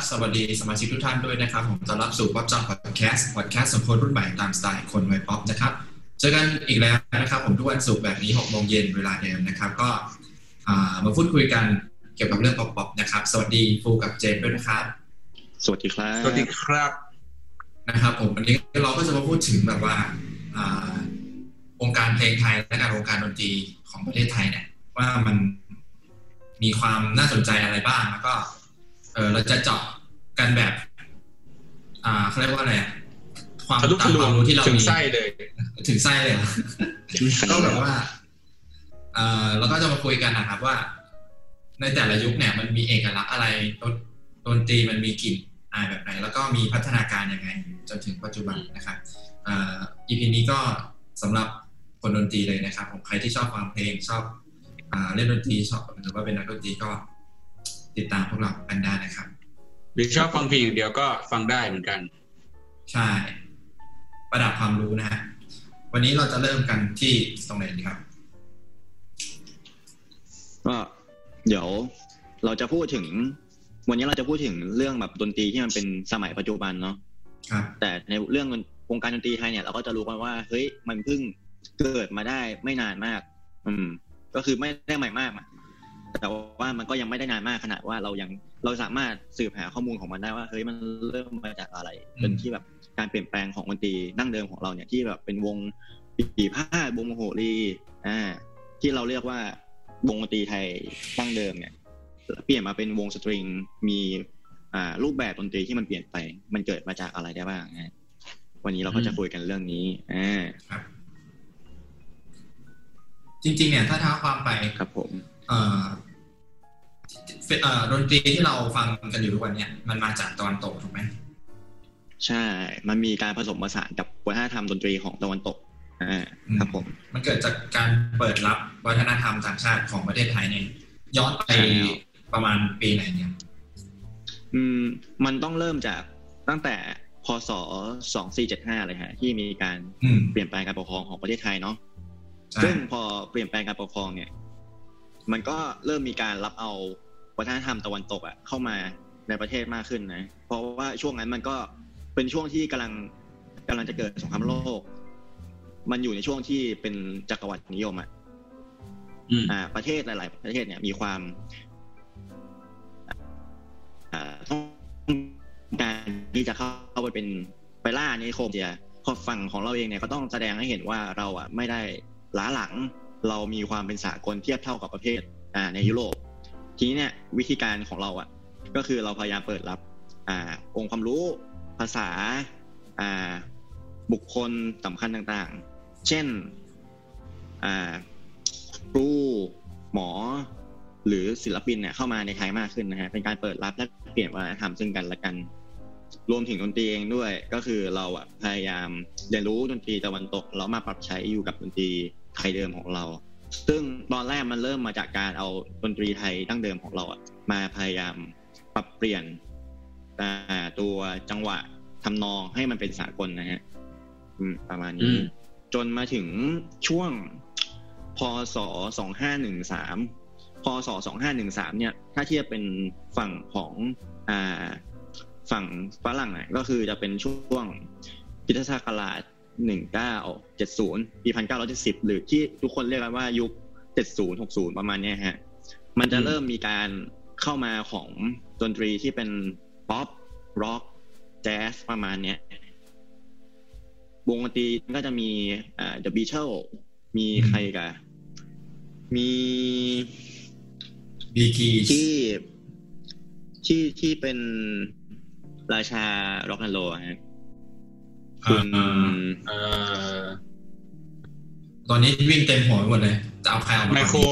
สวัสดีสมาชิกทุกท่านด้วยนะครับผมต้อนรับสู่ป๊อปจ็อกพอดแคสต์ของคนรุ่นใหม่ตามสไตล์คนวัยป๊อปนะครับเจอกันอีกแล้วนะครับผมทุกวันศุกร์แบบนี้ 6 โมงเย็นเวลาเดิมนะครับก็มาพูดคุยกันเกี่ยวกับเรื่องป๊อปนะครับสวัสดีฟูกับเจนด้วยนะครับสวัสดีครับสวัสดีครับนะครับผมวันนี้เราก็จะมาพูดถึงแบบว่าวงการเพลงไทยและการวงการดนตรีของประเทศไทยเนี่ยว่ามันมีความน่าสนใจอะไรบ้างแล้วก็เราจะเจาะกันแบบเขาเรียกว่าอะไรความรู้ที่เราถึงไส้เลยถึงไส้เลยก็แบบว่าเราก็จะมาคุยกันนะครับว่าในแต่ละยุคเนี่ยมันมีเอกลักษณ์อะไรดนตรีมันมีกลิ่นอายแบบไหนแล้วก็มีพัฒนาการยังไงจนถึงปัจจุบันนะครับEP นี้ก็สำหรับคนดนตรีเลยนะครับผมใครที่ชอบฟังเพลงชอบเล่นดนตรีชอบหรือว่าเป็นนักดนตรีก็ติดตามพวกเรากันได้นะครับหรือชอบฟังเพลงอย่างเดียวก็ฟังได้เหมือนกันใช่ประดับความรู้นะฮะวันนี้เราจะเริ่มกันที่ตรงไหนดีครับก็เดี๋ยวเราจะพูดถึงวันนี้เราจะพูดถึงเรื่องแบบดนตรีที่มันเป็นสมัยปัจจุบันเนาะครับแต่ในเรื่องวงการดนตรีไทยเนี่ยเราก็จะรู้กันว่าเฮ้ยมันเพิ่งเกิดมาได้ไม่นานมากก็คือไม่ได้ใหม่มากแต่ว่ามันก็ยังไม่ได้นานมากขนาดว่าเราสามารถสืบหาข้อมูลของมันได้ว่าเฮ้ยมันเริ่มมาจากอะไรจนที่แบบการเปลี่ยนแปลงของดนตรีดั้งเดิมของเราเนี่ยที่แบบเป็นวงปีพาดวงโหรีที่เราเรียกว่าวงดนตรีไทยดั้งเดิมเนี่ยเปลี่ยนมาเป็นวงสตริงมีรูปแบบดนตรีที่มันเปลี่ยนไปมันเกิดมาจากอะไรได้บ้างนะวันนี้เราก็จะคุยกันเรื่องนี้ครับจริงๆเนี่ยถ้าท้าความไปครับผมดนตรีที่เราฟังกันอยู่ทุกวันเนี่ยมันมาจากตะวันตกถูกไหมใช่มันมีการผสมผสานกับวัฒนธรรมดนตรีของตะวันตกครับผมมันเกิดจากการเปิดรับวัฒนธรรมต่างชาติของประเทศไทยเนี่ยย้อนไปประมาณปีไหนเนี่ยมันต้องเริ่มจากตั้งแต่พ.ศ. 2475เลยฮะที่มีการเปลี่ยนแปลงการปกครองของประเทศไทยเนาะซึ่งพอเปลี่ยนแปลงการปกครองเนี่ยมันก็เริ่มมีการรับเอาวัฒนธรรมตะวันตกเข้ามาในประเทศมากขึ้นนะเพราะว่าช่วงนั้นมันก็เป็นช่วงที่กำลังจะเกิดสงครามโลกมันอยู่ในช่วงที่เป็นจักรวรรดินิยมประเทศหลายๆประเทศเนี่ยมีความต้องการที่จะเข้าไปล่าอาณานิคมพอฝั่งของเราเองเนี่ยก็ต้องแสดงให้เห็นว่าเราไม่ได้ล้าหลังเรามีความเป็นสากลเทียบเท่ากับประเทศในยุโรปทีนี้เนี่ยวิธีการของเราก็คือเราพยายามเปิดรับองค์ความรู้ภาษาบุคคลสำคัญต่างๆเช่นครูหมอหรือศิลปินเนี่ยเข้ามาในไทยมากขึ้นนะฮะเป็นการเปิดรับและเปลี่ยนวัฒนธรรมซึ่งกันและกันรวมถึงดนตรีเองด้วยก็คือเราพยายามเรียนรู้ดนตรีตะวันตกแล้วมาปรับใช้อยู่กับดนตรีไทยเดิมของเราซึ่งตอนแรกมันเริ่มมาจากการเอาดนตรีไทยดั้งเดิมของเรามาพยายามปรับเปลี่ยนตัวจังหวะทำนองให้มันเป็นสากลนะฮะประมาณนี้จนมาถึงช่วงพ.ศ. 2513พ.ศ. 2513เนี่ยถ้าเทียบเป็นฝั่งของฝั่งฝรั่งก็คือจะเป็นช่วงค.ศ. 1970ปี1970หรือที่ทุกคนเรียกกันว่ายุค70 60ประมาณนี้ฮะมันจะเริ่มมีการเข้ามาของดนตรีที่เป็นป๊อปร็อกแจ๊สประมาณนี้วงดนตรีก็จะมีThe Beatles มีใครกันมี Bee Gees ที่เป็นราชาร็อกแอนด์โรลฮะตอนนี้วิ่งเต็มหัวหมดเลยจะเอาใครเอาไมโคร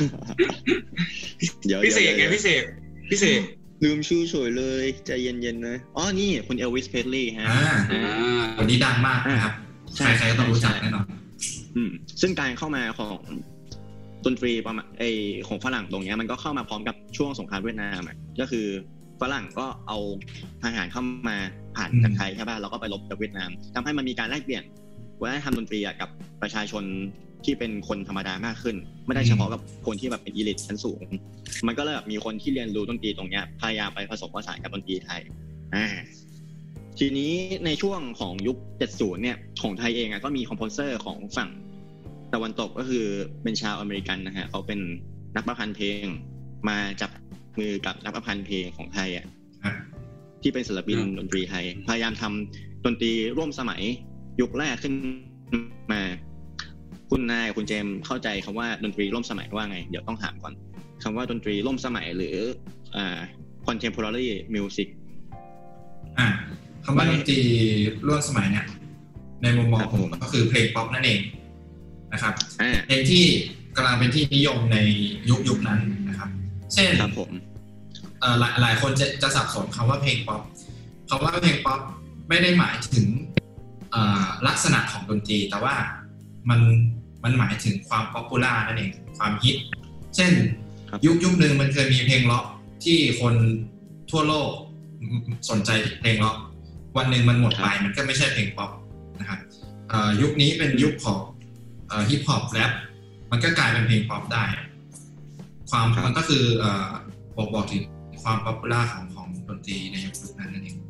พิเศษไงพิเศษลืมชื่อเฉยเลยใจเย็นๆนะอ๋อนี่คุณเอลวิสเพสลีย์ฮะวันนี้ดังมากนะครับใครๆก็ต้องรู้จักแน่นอนซึ่งการเข้ามาของดนตรีประมาณของฝรั่งตรงนี้มันก็เข้ามาพร้อมกับช่วงสงครามเวียดนามก็คือฝรั่งก็เอาทหารเข้ามาผ่านจากไทยใช่ป่ะแล้วก็ไปรบกับเวียดนามทำให้มันมีการแลกเปลี่ยนวัฒนธรรมดนตรีกับประชาชนที่เป็นคนธรรมดามากขึ้นไม่ได้เฉพาะกับคนที่แบบเป็นอีลิทชั้นสูงมันก็เลยแบบมีคนที่เรียนรู้ดนตรีตรงเนี้ยพยายามไปผสมผสานกับดนตรีไทยทีนี้ในช่วงของยุค70เนี่ยของไทยเองก็มีคอมโพเซอร์ของฝั่งตะวันตกก็คือเป็นชาวอเมริกันนะฮะเขาเป็นนักประพันธ์เพลงมาจับมือกับนักประพันธ์เพลงของไทยที่เป็นศิลปินดนตรีไทยพยายามทำดนตรีร่วมสมัยยุคแรกขึ้นมาคุณนายคุณเจมเข้าใจคำว่าดนตรีร่วมสมัยว่าไงเดี๋ยวต้องถามก่อนคำว่าดนตรีร่วมสมัยหรือcontemporary music คำว่าดนตรีร่วมสมัยเนี่ยในมุมมองผมก็คือเพลงป๊อปนั่นเองนะครับเพลงที่กำลังเป็นที่นิยมในยุคนั้นนะครับเช่นหลายคนจะสับสนคำว่าเพลงป๊อปคำว่าเพลงป๊อปไม่ได้หมายถึงลักษณะของดนตรีแต่ว่ามันหมายถึงความป๊อปปูล่านั่นเองความฮิตเช่นยุคนึงมันเคยมีเพลงร็อกที่คนทั่วโลกสนใจเพลงร็อกวันหนึ่งมันหมดไปมันก็ไม่ใช่เพลงป๊อปนะครับยุคนี้เป็นยุคของฮิปฮอปแรปมันก็กลายเป็นเพลงป๊อปได้มันก็คือบอกถึงความป๊อปปูล่าของดนตรีในยุคนั้นนั่นเอง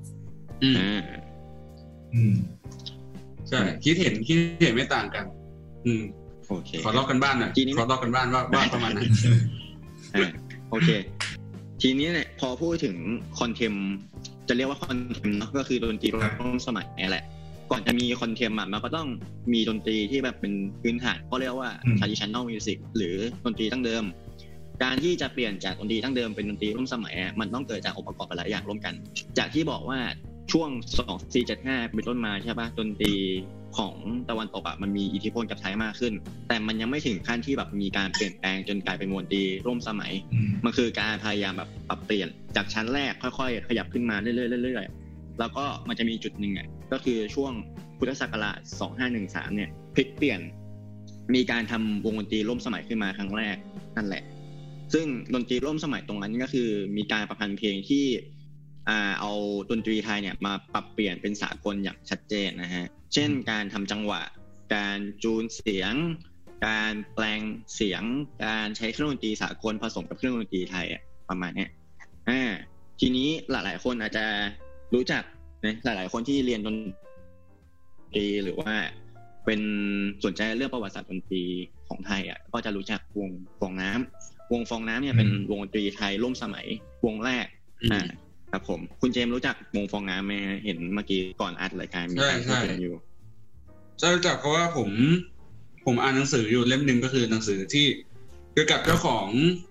ใช่คิดเห็นไม่ต่างกันโอเคขอลอกกันบ้านหน่อยขอลอกกันบ้านว่าประมาณไหนโอเคทีนี้เนี่ยพอพูดถึงคอนเทมจะเรียกว่าคอนเทมเนาะก็คือดนตรีร่วมสมัยนี่แหละก่อนจะมีคอนเทมมันก็ต้องมีดนตรีที่แบบเป็นพื้นฐานก็เรียกว่า traditional music หรือดนตรีดั้งเดิมการที่จะเปลี่ยนจากดนตรีดั้งเดิมเป็นดนตรีร่วมสมัยมันต้องเกิดจากองค์ประกอบหลายอย่างร่วมกันจากที่บอกว่าช่วง2475เป็นต้นมาใช่ป่ะดนตรีของตะวันตกมันมีอิทธิพลกับไทยมากขึ้นแต่มันยังไม่ถึงขั้นที่แบบมีการเปลี่ยนแปลงจนกลายเป็นดนตรีร่วมสมัยมันคือการพยายามแบบปรับเปลี่ยนจากชั้นแรกค่อยๆขยับขึ้นมาเรื่อยๆแล้วก็มันจะมีจุดนึงก็คือช่วงพุทธศักราช2513เนี่ยพลิกเปลี่ยนมีการทำวงดนตรีร่วมสมัยขึ้นมาครั้งแรกนั่นแหละซึ่งดนตรีร่วมสมัยตรงนั้นก็คือมีการประพันธ์เพลงที่เอาดนตรีไทยเนี่ยมาปรับเปลี่ยนเป็นสากลอย่างชัดเจนนะฮะเช่นการทำจังหวะการจูนเสียงการแปลงเสียงการใช้เครื่องดนตรีสากลผสมกับเครื่องดนตรีไทยประมาณนี้ทีนี้หลายๆคนอาจจะรู้จักนะหลายๆคนที่เรียนดนตรีหรือว่าเป็นสนใจเรื่องประวัติศาสตร์ดนตรีของไทยก็จะรู้จักวงฟองน้ำเนี่ยเป็นวงดนตรีไทยร่วมสมัยวงแรกครับผมคุณเจมส์รู้จักวงฟองน้ำไหมเห็นเมื่อกี้ก่อนอัดรายการมีการพูดกันอยู่ใช่รู้จักเพราะว่าผมอ่านหนังสืออยู่เล่มนึงก็คือหนังสือที่เกี่ยวกับเจ้าของ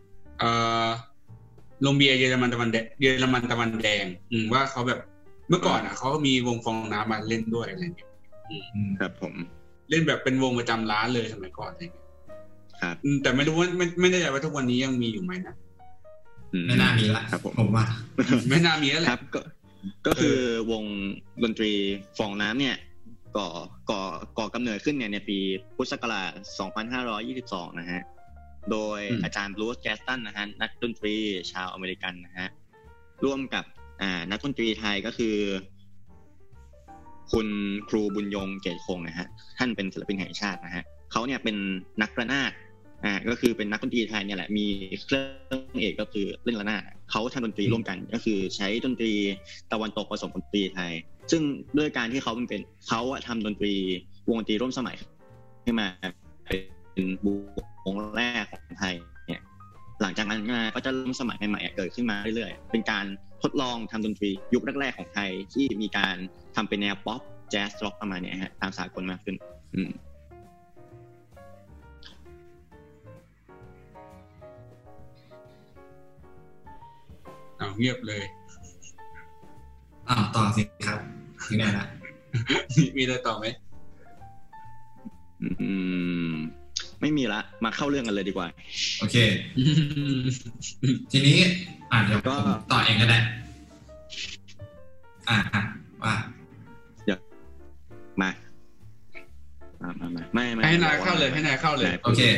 โรงเบียร์เยอรมันตะวันแดงว่าเขาแบบเมื่อก่อนเขาก็มีวงฟองน้ำมาเล่นด้วยอะไรอย่างเงี้ยครับผมเล่นแบบเป็นวงประจำร้านเลยสมัยก่อนอะไรอย่างเงี้ยครับแต่ไม่รู้ว่าไม่แน่ใจว่าทุกวันนี้ยังมีอยู่ไหมนะไม่น่ามีละครับผมว่าไม่น่ามีแล้วแหละก็คือวงดนตรีฟองน้ำเนี่ยก่อกำเนิดขึ้นเนี่ยในปีพุทธศักราช2522นะฮะโดยอาจารย์บรูซแกสตันนะฮะนักดนตรีชาวอเมริกันนะฮะร่วมกับนักดนตรีไทยก็คือคุณครูบุญยงเกตคงนะฮะท่านเป็นศิลปินแห่งชาตินะฮะเขาเนี่ยเป็นนักระนาดก็คือเป็นนักดนตรีไทยเนี่ยแหละมีเครื่องเอกก็คือเล่นระนาดเขาทำดนตรีร่วมกันก็คือใช้ดนตรีตะวันตกผสมดนตรีไทยซึ่งด้วยการที่เขาทำดนตรีวงดนตรีร่วมสมัยขึ้นมาเป็นวงแรกของไทยเนี่ยหลังจากนั้นก็จะเริ่มสมัยใหม่ๆเกิดขึ้นมาเรื่อยๆเป็นการทดลองทำดนตรียุคแรกๆของไทยที่มีการทำเป็นแนวป๊อปแจ๊สร็อกประมาณนี้ฮะตามสากลมากขึ้นเงียบเลยต่อสิครับถึงไหนละมีอะไรต่อไหมไม่มีละมาเข้าเรื่องกันเลยดีกว่าโอเคทีนี้เดี๋ยวก็ต่อเองก็ได้ว่าเดี๋ยวมาไม่ให้นายเข้าเลยโอเค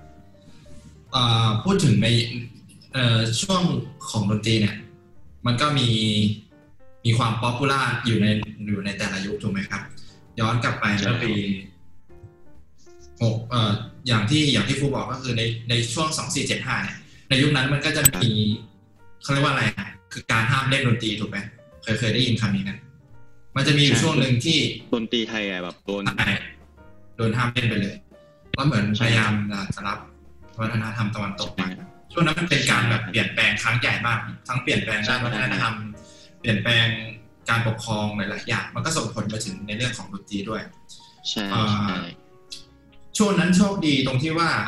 พูดถึงในช่วงของดนตรีเนี่ยมันก็มีความป๊อปปูล่าอยู่ในแต่ละยุคถูกไหมครับย้อนกลับไปเมื่อปีอย่างที่ครูบอกก็คือในช่วง2475เนี่ยในยุคนั้นมันก็จะมีเขาเรียกว่าอะไรคือการห้ามเล่นดนตรีถูกไหมเคยได้ยินคำนี้กันมันจะมีอยู่ช่วงหนึ่งที่ดนตรีไทยแบบโดนห้ามเล่นไปเลยก็เหมือนพยายามจะรับวัฒนธรรมตะวันตกมาช่วงนั้นมันเป็นการแบบเปลี่ยนแปลงครั้งใหญ่มากทั้งเปลี่ยนแปลงด้านวัฒนธรรมเปลี่ยนแปลงการปกครองหลายๆอย่างมันก็ส่งผลไปถึงในเรื่องของดนตรีด้วยใช่ช่วงนั้นโชคดีตรงที่ว่า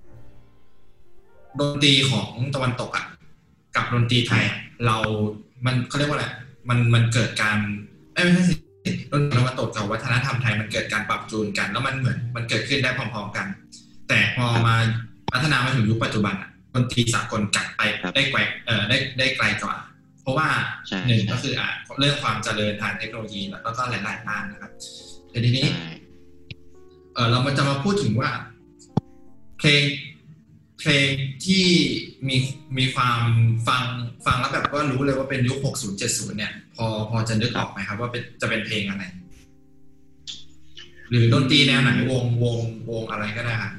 ดนตรีของตะวันตกกับดนตรีไทยมันเขาเรียกว่าอะไรมันเกิดการไม่ใช่ดนตรีตะวันตกกับวัฒนธรรมไทยมันเกิดการปรับจูนกันแล้วมันเหมือนมันเกิดขึ้นได้พร้อมๆกันแต่พอมาพัฒนามาถึงยุคปัจจุบันดนตรีสากลกลับไปได้ไกลได้ไกลกว่าเพราะว่าหนึ่งก็คือเรื่องความเจริญทางเทคโนโลยีแล้วก็หลายๆด้านนะครับแต่ทีนี้เราจะมาพูดถึงว่าเพลงที่มีความฟังแล้วแบบว่ารู้เลยว่าเป็นยุค60 70เนี่ยพอจะนึกออกไหมครับว่าจะเป็นเพลงอะไรหรือดนตรีแนวไหนวงอะไรก็ได้ครับ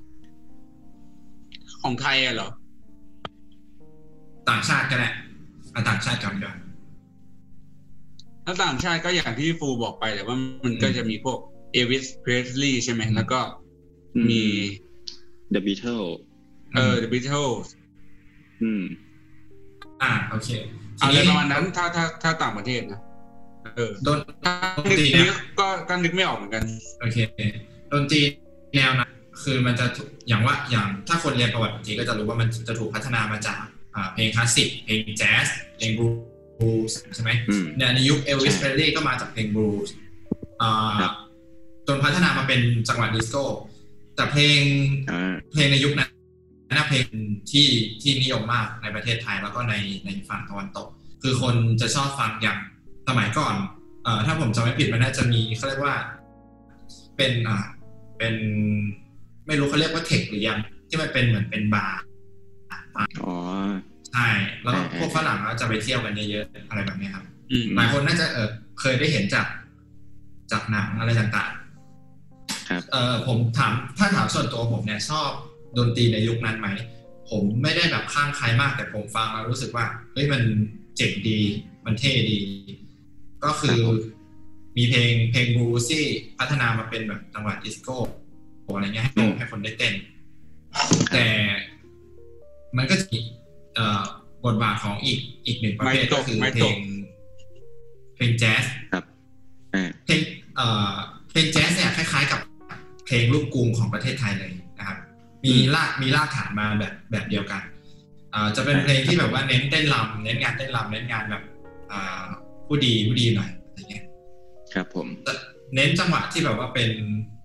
ของไทยเหรอต่างชาติก็ได้ต่างชาติก่อนถ้าต่างชาติก็อย่างที่ฟูบอกไปแต่ว่ามันก็จะมีพวกเอวิส เพรสลีย์ใช่ไหมแล้วก็มี The Beatles The Beatles โอเคอะไรประมาณนั้นถ้าต่างประเทศนะดนตรีก็นึกไม่ออกเหมือนกันโอเคดนตรีแนวนะคือมันจะอย่างถ้าคนเรียนประวัติดนตรีก็จะรู้ว่ามันจะถูกพัฒนามาจากเพลงคลาสสิกเพลงแจ๊สเพลงบลูส์ใช่ไหมเนี่ยในยุคเอลวิส เพรสลีย์ก็มาจากเพลงบลูส์จนพัฒนามาเป็นจังหวะดิสโก้แต่เพลงในยุคนั้นเพลงที่นิยมมากในประเทศไทยแล้วก็ในฝั่งตะวันตกคือคนจะชอบฟังอย่างสมัยก่อนถ้าผมจำไม่ผิดมันน่าจะมีเขาเรียกว่าเป็นไม่รู้เขาเรียกว่าเทคหรือยังที่มันเป็นเหมือนเป็นบาร์ใช่แล้วพวกฝรั่งก็จะไปเที่ยวกันเยอะๆอะไรแบบนี้ครับหลายคนน่าจะเคยได้เห็นจากหนังอะไรต่างๆผมถ้าถามส่วนตัวผมเนี่ยชอบดนตรีในยุคนั้นไหมผมไม่ได้แบบข้างใครมากแต่ผมฟังแล้วรู้สึกว่าเฮ้ยมันเจ๋งดีมันเท่ดีก็คือมีเพลงบลูส์ที่พัฒนามาเป็นแบบจังหวะดิสโก้อะไรเงี้ยให้คนได้เต้นแต่มันก็จะมีบทบาทของอีกหนึ่งประเภทก็คือเพลงแจ๊สครับเพลงแจ๊สเนี่ยคล้ายๆกับเพลงลูกกรุงของประเทศไทยเลยนะครับมีรากฐานมาแบบเดียวกันจะเป็นเพลงที่แบบว่าเน้นเต้นรำเน้นงานเต้นรำเน้นงานแบบผู้ดีหน่อยอะไรเงี้ยครับผมเน้นจังหวะที่แบบว่าเป็น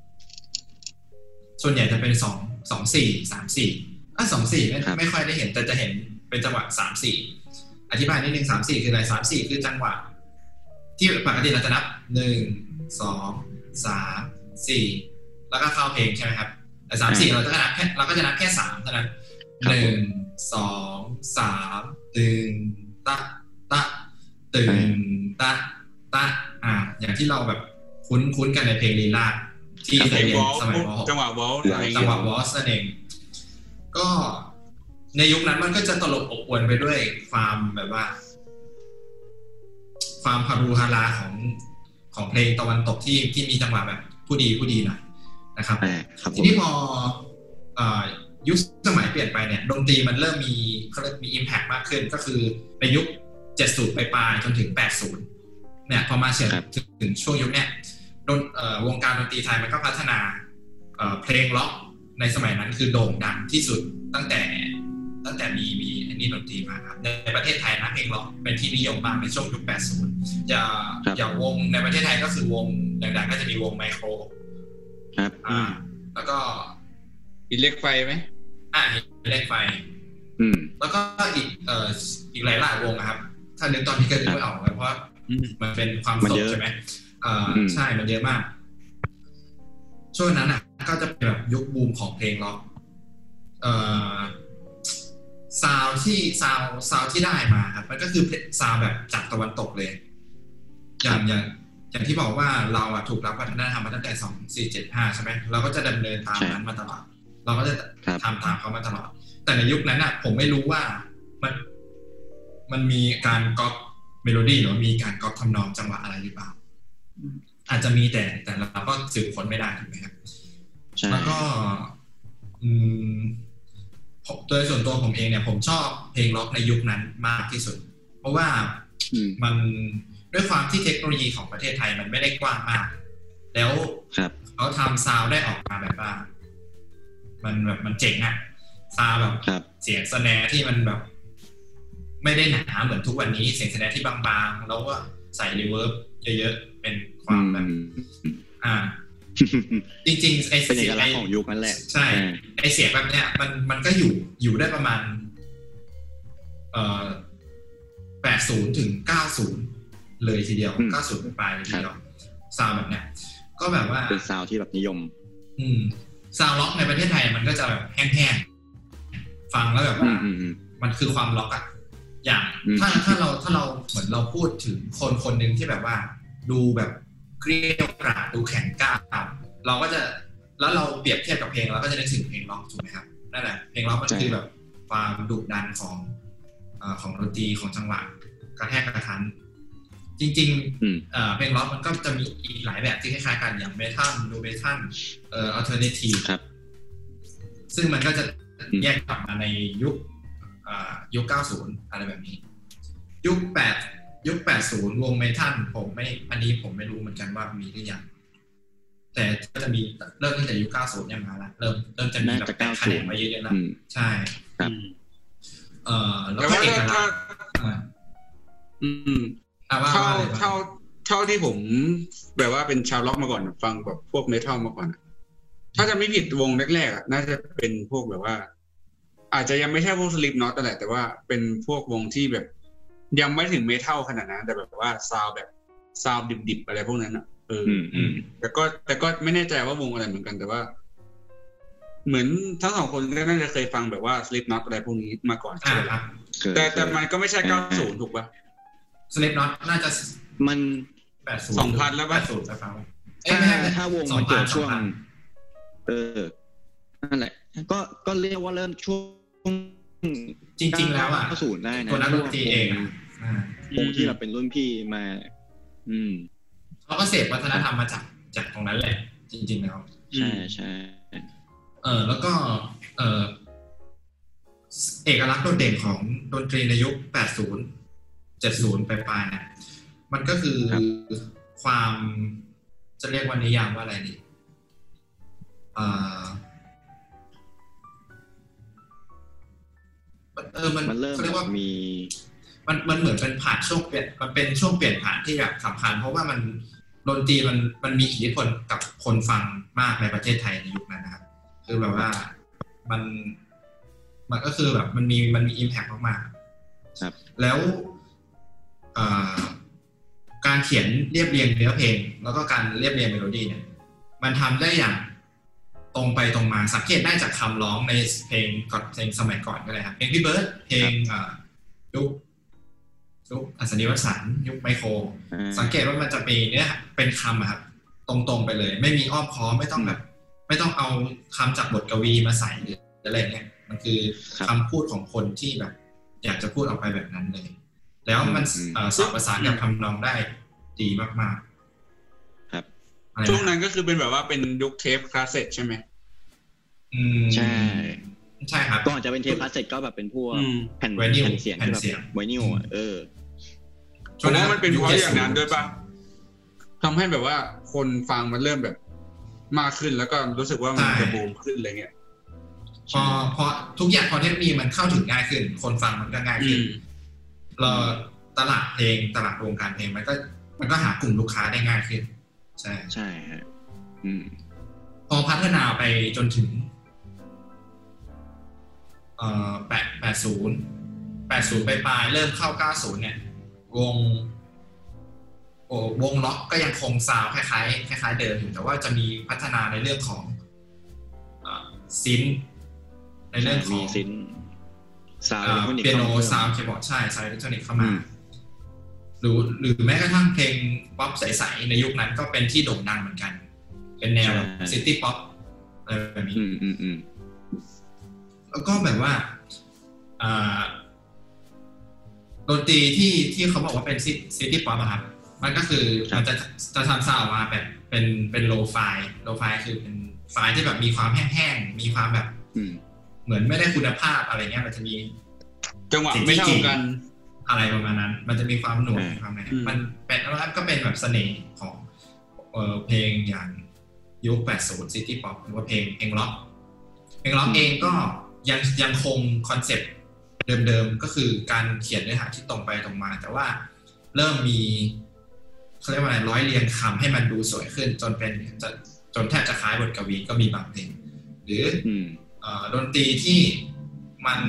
ส่วนใหญ่จะเป็น2-4 3-4 2-4ไม่ค่อยได้เห็นแต่จะเห็นเป็นจังหวะ 3-4 อธิบายนิดนึง 3-4 คืออะไร 3-4 คือจังหวะที่ปกติเราจะนับ1 2 3 4แล้วก็เข้าเพลงใช่ไหมครับแต่ 3-4 เราก็จะนับแค่3เท่านั้น1 2 3ตึงตะตะตึงตะตะอย่างที่เราแบบคุ้นกันในเพลงลีลาศที่เคยเรียนสมัยม.6 จังหวะวอลส์นั่นเองก็ในยุคนั้นมันก็จะตลบอบอวลไปด้วยความแบบว่าความฮารูฮาราของเพลงตะวันตกที่มีจังหวะแบบผู้ดีหน่อยนะครับทีนี้พอยุคสมัยเปลี่ยนไปเนี่ยดนตรีมันเริ่มมีอิมแพคมากขึ้นก็คือในยุค70ปลายจนถึง80เนี่ยพอมาถึงช่วงยุคเนี้ยวงการดนตรีไทยมันก็พัฒนาเพลงล็อกในสมัยนั้นคือโด่งดังที่สุดตั้งแต่มีอันนี้ดนตรีมาครับในประเทศไทยนะเพลงล็อกเป็นที่นิยมมากในช่วงยุค80อย่างวงในประเทศไทยก็คือวงดังๆก็จะมีวงไมโครครับแล้วก็อิเล็กไฟไหมอิเล็กไฟแล้วก็อีกหลายๆวงครับถ้านึกตอนนี้ก็นึกไม่ออกเพราะมันเป็นความสดใช่ไหมใช่มันเยอะมากช่วงนั้นก็จะเป็นแบบยุคบูมของเพลงล็อกซาวที่ได้มาครับมันก็คือซาวแบบจากตะวันตกเลยอย่างอย่างที่บอกว่าเราถูกรับวัฒนธรรมมาตั้งแต่2475ใช่ไหมเราก็จะดำเนินตามนั้นมาตลอดเราก็จะทำตามเขามาตลอดแต่ในยุคนั้นผมไม่รู้ว่ามันมีการก๊อปเมโลดี้หรือมีการก๊อปทำนองจังหวะอะไรหรือเปล่าอาจจะมีแต่เราก็สืบค้นไม่ได้ถูกไหมครับแล้วก็โดยส่วนตัวผมเองเนี่ยผมชอบเพลงร็อกในยุคนั้นมากที่สุดเพราะว่ามันด้วยความที่เทคโนโลยีของประเทศไทยมันไม่ได้กว้างมากแล้วเขาทำซาวด์ได้ออกมาแบบว่ามันเจ๋งอะซาวด์แบบเสียงสแนร์ที่มันแบบไม่ได้หนาเหมือนทุกวันนี้เสียงสแนร์ที่บางๆแล้วก็ใส่รีเวิร์บเยอะๆเป็นความแบบจริงๆไอเสียงของยุคนั้นแหละใช่ไอเสียงแบบเนี้ยมันก็อยู่ได้ประมาณ80ถึง90เลยทีเดียว90ปลายเลยทีเดียวซาวด์แบบเนี้ยก็แบบว่าเป็นซาวด์ที่แบบนิยมซาวด์ล็อกในประเทศไทยมันก็จะแบบแห้งๆฟังแล้วแบบว่ามันคือความล็อกอะอย่างถ้าเราเหมือนเราพูดถึงคนนึงที่แบบว่าดูแบบเกรี้ยวกราดดูแข็งกร้าเราก็จะแล้วเราเปรียบเทียบกับเพลงเราก็จะนึกถึงเพลงล็อกถูกไหมครับนั่นแหละเพลงล็อกมันคือแบบความดุดันของดนตรีของจังหวะกระแทกกระทันจริงๆเพลงล็อกมันก็จะมีอีกหลายแบบที่คล้ายๆกันอย่างเมทัลนูเมทัลอัลเทอร์เนทีฟซึ่งมันก็จะแยกกลับมาในยุค90อะไรแบบนี้ยุค80วงเมทัลอันนี้ผมไม่รู้เหมือนกันว่ามีหรือยังแต่ก็จะมีเริ่มตั้งแต่ยุค90เนี่ยมาแล้วเริ่มจะมีแบบคะแนนมาเยอะๆแล้วใช่ครับแล้วก็เอกลักษณ์เท่าที่ผมแบบว่าเป็นชาวล็อกมาก่อนฟังแบบพวกเมทัลมาก่อนถ้าจะไม่ผิดวงแรกๆน่าจะเป็นพวกแบบว่าอาจจะยังไม่ใช่พวกสลิปน็อตแต่ว่าเป็นพวกวงที่แบบยังไม่ถึงเมทัลขนาดนั้นแต่แบบว่าซาวด์ดิบๆอะไรพวกนั้นแต่ก็ไม่แน่ใจว่าวงอะไรเหมือนกันแต่ว่าเหมือนทั้งสองคนก็น่าจะเคยฟังแบบว่า Slipknot อะไรพวกนี้มาก่อนใช่ไหมแต่มันก็ไม่ใช่90ถูกป่ะ Slipknot น่าจะมัน 80 2000แล้วป่ะ 80แล้วครับถ้าวงมันเกิดช่วงนั่นแหละก็เรียกว่าเริ่มช่วงจริงๆแล้ว 90ได้นะตัวนักดนตรีเองวงที่เราเป็นรุ่นพี่มาเขาก็เสพวัฒนธรรมมาจากตรงนั้นแหละจริงๆแล้วใช่แล้วก็เอกลักษณ์โดดเด่นของดนตรีในยุค80 70ปลายๆมันก็คือความจะเรียกว่านิยามว่าอะไรดีมันเริ่มเรียกว่ามีมันเหมือนเป็นผ่านช่วงเปลี่ยนมันเป็นช่วงเปลี่ยนผ่านที่แบบสำคัญเพราะว่ามันดนตรีมันมีอิทธิพลกับคนฟังมากในประเทศไทยในยุคนั้นนะครับคือแบบว่ามันก็คือแบบมันมีอิมแพคมากๆครับแล้วการเขียนเรียบเรียงเนื้อเพลงแล้วก็การเรียบเรียงเมโลดี้เนี่ยมันทำได้อย่างตรงไปตรงมาสังเกตได้จากคำร้องในเพลงสมัยก่อนก็เลยครับเพลงพี่เบิร์ดเพลงยุคอัศนีวสันต์ยุคไมโครสังเกตว่ามันจะมีเนี่ยเป็นคำครับตรงๆไปเลยไม่มีอ้อมค้อมไม่ต้องเอาคำจากบทกวีมาใส่หรืออะไรเงี้ยมันคือคำพูดของคนที่แบบอยากจะพูดออกไปแบบนั้นเลยแล้วมันสอดประสานกับทำนองได้ดีมากๆครับช่วงนั้นก็คือเป็นแบบว่าเป็นยุคเทปคาสเซ็ตใช่ไหมใช่ครับก่อนจะเป็นเทปคาสเซ็ตก็แบบเป็นพวกแผ่นเสียงที่แบบไวนิลช่วงนั้นมันเป็นเพราะอย่างนั้นด้วยป่ะทำให้แบบว่าคนฟังมันเริ่มแบบมากขึ้นแล้วก็รู้สึกว่ามันจะบูมขึ้นอะไรเงี้ยพอทุกอย่างพอเทคโนโลยีมันเข้าถึงง่ายขึ้นคนฟังมันก็ง่ายขึ้นเราตลาดเพลงตลาดวงการเพลงมันก็หากลุ่มลูกค้าได้ง่ายขึ้นใช่ฮะพอพัฒนาไปจนถึง80ปลายเริ่มเข้า90เนี่ยวงล็อกก็ยังคงซาวด์คล้ายเดิมอยู่แต่ว่าจะมีพัฒนาในเรื่องของซินในเรื่องของซินซาวด์เปียโนซาวด์คีย์บอร์ดใช่ซาวด์อิเล็กทรอนิกส์เข้ามาหรือแม้กระทั่งเพลงป๊อปใสๆในยุคนั้นก็เป็นที่โด่งดังเหมือนกันเป็นแนวซิตี้ป๊อปอะไรแบบนี้แล้วก็แบบว่าดนตรีที่เขาบอกว่าเป็นซิตี้ป๊อปอะครับมันก็คือมันจะทำซาวด์มาแบบเป็นโลไฟคือเป็นไฟล์ที่แบบมีความแห้งๆมีความแบบเหมือนไม่ได้คุณภาพอะไรเงี้ยมันจะมีจังหวะไม่เท่ากันอะไรประมาณนั้นมันจะมีความหน่วงความอะไรมันเป็นแล้วก็เป็นแบบเสน่ห์ของเพลงอย่างยุค80 City Pop หรือว่าเพลงล็อกเองก็ยังคงคอนเซ็ปต์เดิมๆก็คือการเขียนเนื้อหาที่ตรงไปตรงมาแต่ว่าเริ่มมีเขาเรียกว่าร้อยเรียงคำให้มันดูสวยขึ้นจนแทบจะคล้ายบทกวีก็มีบางเพลงหรือดนตรีที่มัน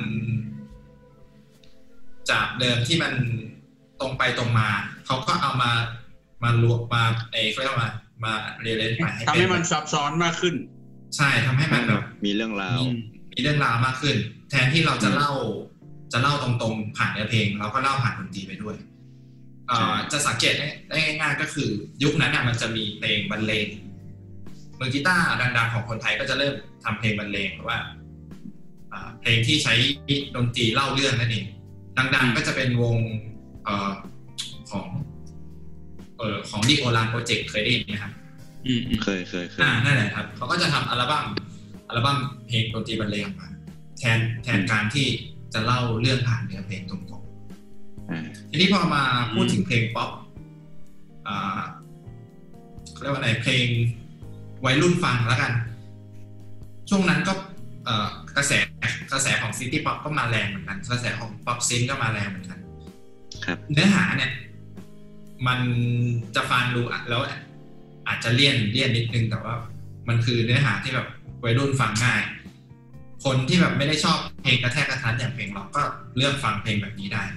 จากเดิมที่มันตรงไปตรงมาเขาก็เอามารวมมาเขาเรียกว่ามาเรียนไปทำให้มันซับซ้อนมากขึ้นใช่ทำให้มันแบบมีเรื่องราวมากขึ้นแทนที่เราจะเล่าตรงๆผ่านเนื้อเพลงเราก็เล่าผ่านดนตรีไปด้วยจะสังเกตได้ง่ายๆก็คือยุคนั้นมันจะมีเพลงบรรเลงมือกีตาร์ดังๆของคนไทยก็จะเริ่มทำเพลงบรรเลงหรือว่าเพลงที่ใช้ดนตรีเล่าเรื่องนั่นเองดังๆก็จะเป็นวงของดิโอลานโปรเจกต์เคยได้ยินไหมครับเคยนั่นแหละครับเขาก็จะทำอัลบั้มเพลงดนตรีบรรเลงมาแทนการที่จะเล่าเรื่องผ่านเนื้อเพลงตรงๆทีนี้พอมาพูดถึงเพลงป๊อปเขาเรียกว่าอะไรเพลงวัยรุ่นฟังแล้วกันช่วงนั้นก็กระแสของซิตี้ป๊อปก็มาแรงเหมือนกันกระแสของป๊อปซินก็มาแรงเหมือนกันครับเนื้อหาเนี่ยมันจะฟังดูแล้วอาจจะเลี่ยนนิดนึงแต่ว่ามันคือเนื้อหาที่แบบวัยรุ่นฟังง่ายคนที่แบบไม่ได้ชอบเพลงกระแทกกระทันอย่างเพลงร็อกก็เลือกฟังเพลงแบบนี้ได้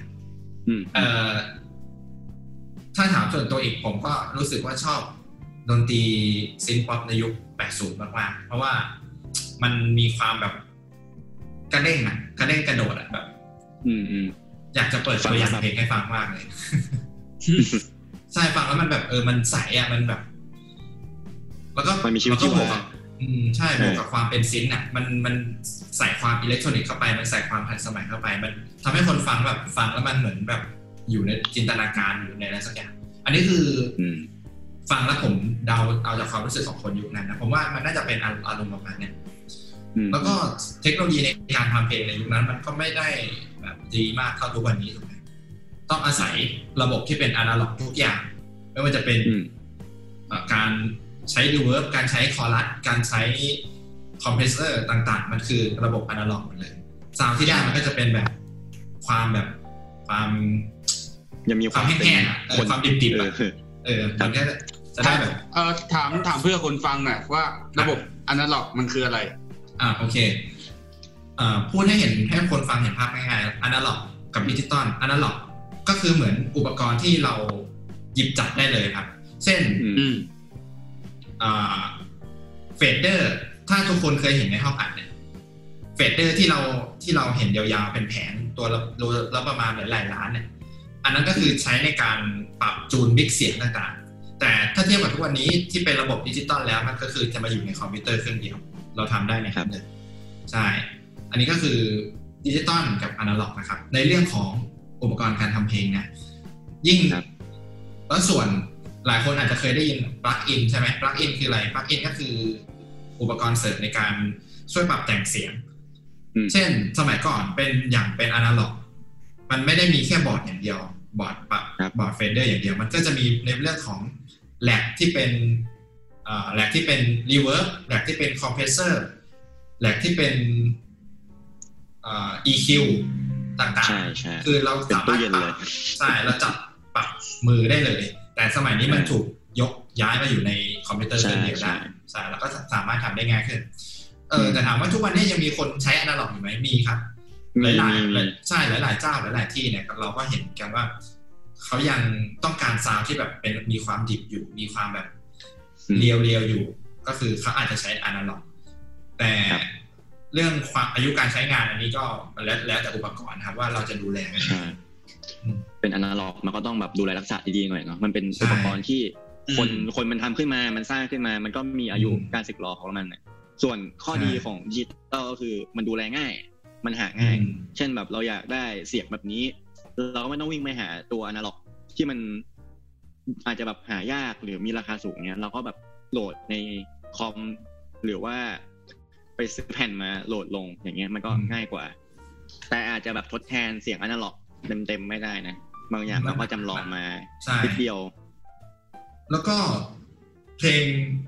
ถ้าถามส่วนตัวอีกผมก็รู้สึกว่าชอบดนตรีซินป๊อปในยุค80มากๆเพราะว่ามันมีความแบบกระเด้งกระโดดแบบอยากจะเปิดตัวอย่างเพลงให้ฟังมากเลยใช่ฟังแล้วมันแบบมันใสมันแบบแล้วก็มันมีชีวิตชีวาใช่บวกกับความเป็นซินมันใส่ความอิเล็กทรอนิกส์เข้าไปมันใส่ความทันสมัยเข้าไปมันทำให้คนฟังแบบฟังแล้วมันเหมือนแบบอยู่ในจินตนาการอยู่ในอะไรสักอย่างอันนี้คือฟังแล้วผมเดาเอาจากความรู้สึกของคนยุคนั้นนะผมว่ามันน่าจะเป็นอารมณ์ประมาณนี้แล้วก็เทคโนโลยีในการทำเพลงในยุคนั้นมันก็ไม่ได้แบบดีมากเท่าทุกวันนี้ถูกไหมต้องอาศัยระบบที่เป็นอนาล็อกทุกอย่างไม่ว่าจะเป็นการใช้รีเวิร์บการใช้คอรัสการใช้คอมเพรสเซอร์ต่างๆมันคือระบบอนาล็อกหมดเลยซาวด์ที่ได้มันก็จะเป็นแบบความยังมีความแห้งๆความดิบๆมันก็จะได้แบบถามเพื่อคนฟังหน่อยว่าระบบอนาล็อกมันคืออะไรโอเคพูดให้คนฟังเห็นภาพง่ายๆอนาล็อกกับดิจิตอลอนาล็อกก็คือเหมือนอุปกรณ์ที่เราหยิบจับได้เลยครับเช่นเฟดเดอร์ถ้าทุกคนเคยเห็นในห้องอัดเนี่ยเฟดเดอร์ที่เราเห็นยาวๆเป็นแผงตัวละประมาณหลายล้านเนี่ยอันนั้นก็คือใช้ในการปรับจูนมิกซ์เสียงต่างๆแต่ถ้าเทียบกับทุกวันนี้ที่เป็นระบบดิจิตอลแล้วมันก็คือจะมาอยู่ในคอมพิวเตอร์เครื่องเดียวเราทำได้ในครับใช่อันนี้ก็คือดิจิตอลกับอนาล็อกนะครับในเรื่องของอุปกรณ์การทำเพลงนะยิ่งแล้วส่วนหลายคนอาจจะเคยได้ยินปลั๊กอินใช่ไหมปลั๊กอินคืออะไรปลั๊กอินก็คืออุปกรณ์เสริมในการช่วยปรับแต่งเสียงเช่นสมัยก่อนเป็นอนาล็อกมันไม่ได้มีแค่บอร์ดอย่างเดียวบอร์ดเฟดเดอร์อย่างเดียวมันก็จะมีในเรื่องของแล็กที่เป็นแล็กที่เป็นรีเวิร์บแล็กที่เป็นคอมเพรสเซอร์แล็กที่เป็นEQ ต่างๆคือเราสามารถปรับใช่เราจับปรับมือได้เลยแต่สมัยนี้มันถูกยกย้ายมาอยู่ในคอมพิวเตอร์เครื่องเดียวได้ใช่แล้วก็สามารถทำได้ง่ายขึ้นแต่ถามว่าทุกวันนี้ยังมีคนใช้อนาล็อกอยู่ไหมมีครับหลายเจ้าหลายที่เนี่ยเราก็เห็นกันว่าเขายังต้องการซาวด์ที่แบบเป็นมีความดิบอยู่มีความแบบเรียวอยู่ก็คือเขาอาจจะใช้อนาล็อกแต่เรื่องความอายุการใช้งานอันนี้ก็แล้วแต่อุปกรณ์ครับว่าเราจะดูแลเป็นอนาล็อกมันก็ต้องแบบดูแลรักษาดีๆหน่อยเนาะมันเป็นอุปกรณ์ที่คนมันทำขึ้นมามันสร้างขึ้นมามันก็มีอายุการสึกหรอของมันส่วนข้อดีของดิจิตอลก็คือมันดูแลง่ายมันหาง่ายเช่นแบบเราอยากได้เสียงแบบนี้เราก็ไม่ต้องวิ่งไปหาตัวอนาล็อกที่มันอาจจะแบบหายากหรือมีราคาสูงเนี้ยเราก็แบบโหลดในคอมหรือว่าไปซื้อแผ่นมาโหลดลงอย่างเงี้ยมันก็ง่ายกว่าแต่อาจจะแบบทดแทนเสียงอนาล็อกเต็มๆไม่ได้นะบางอย่างเราก็จำลองมานิดเดียวแล้วก็เพลง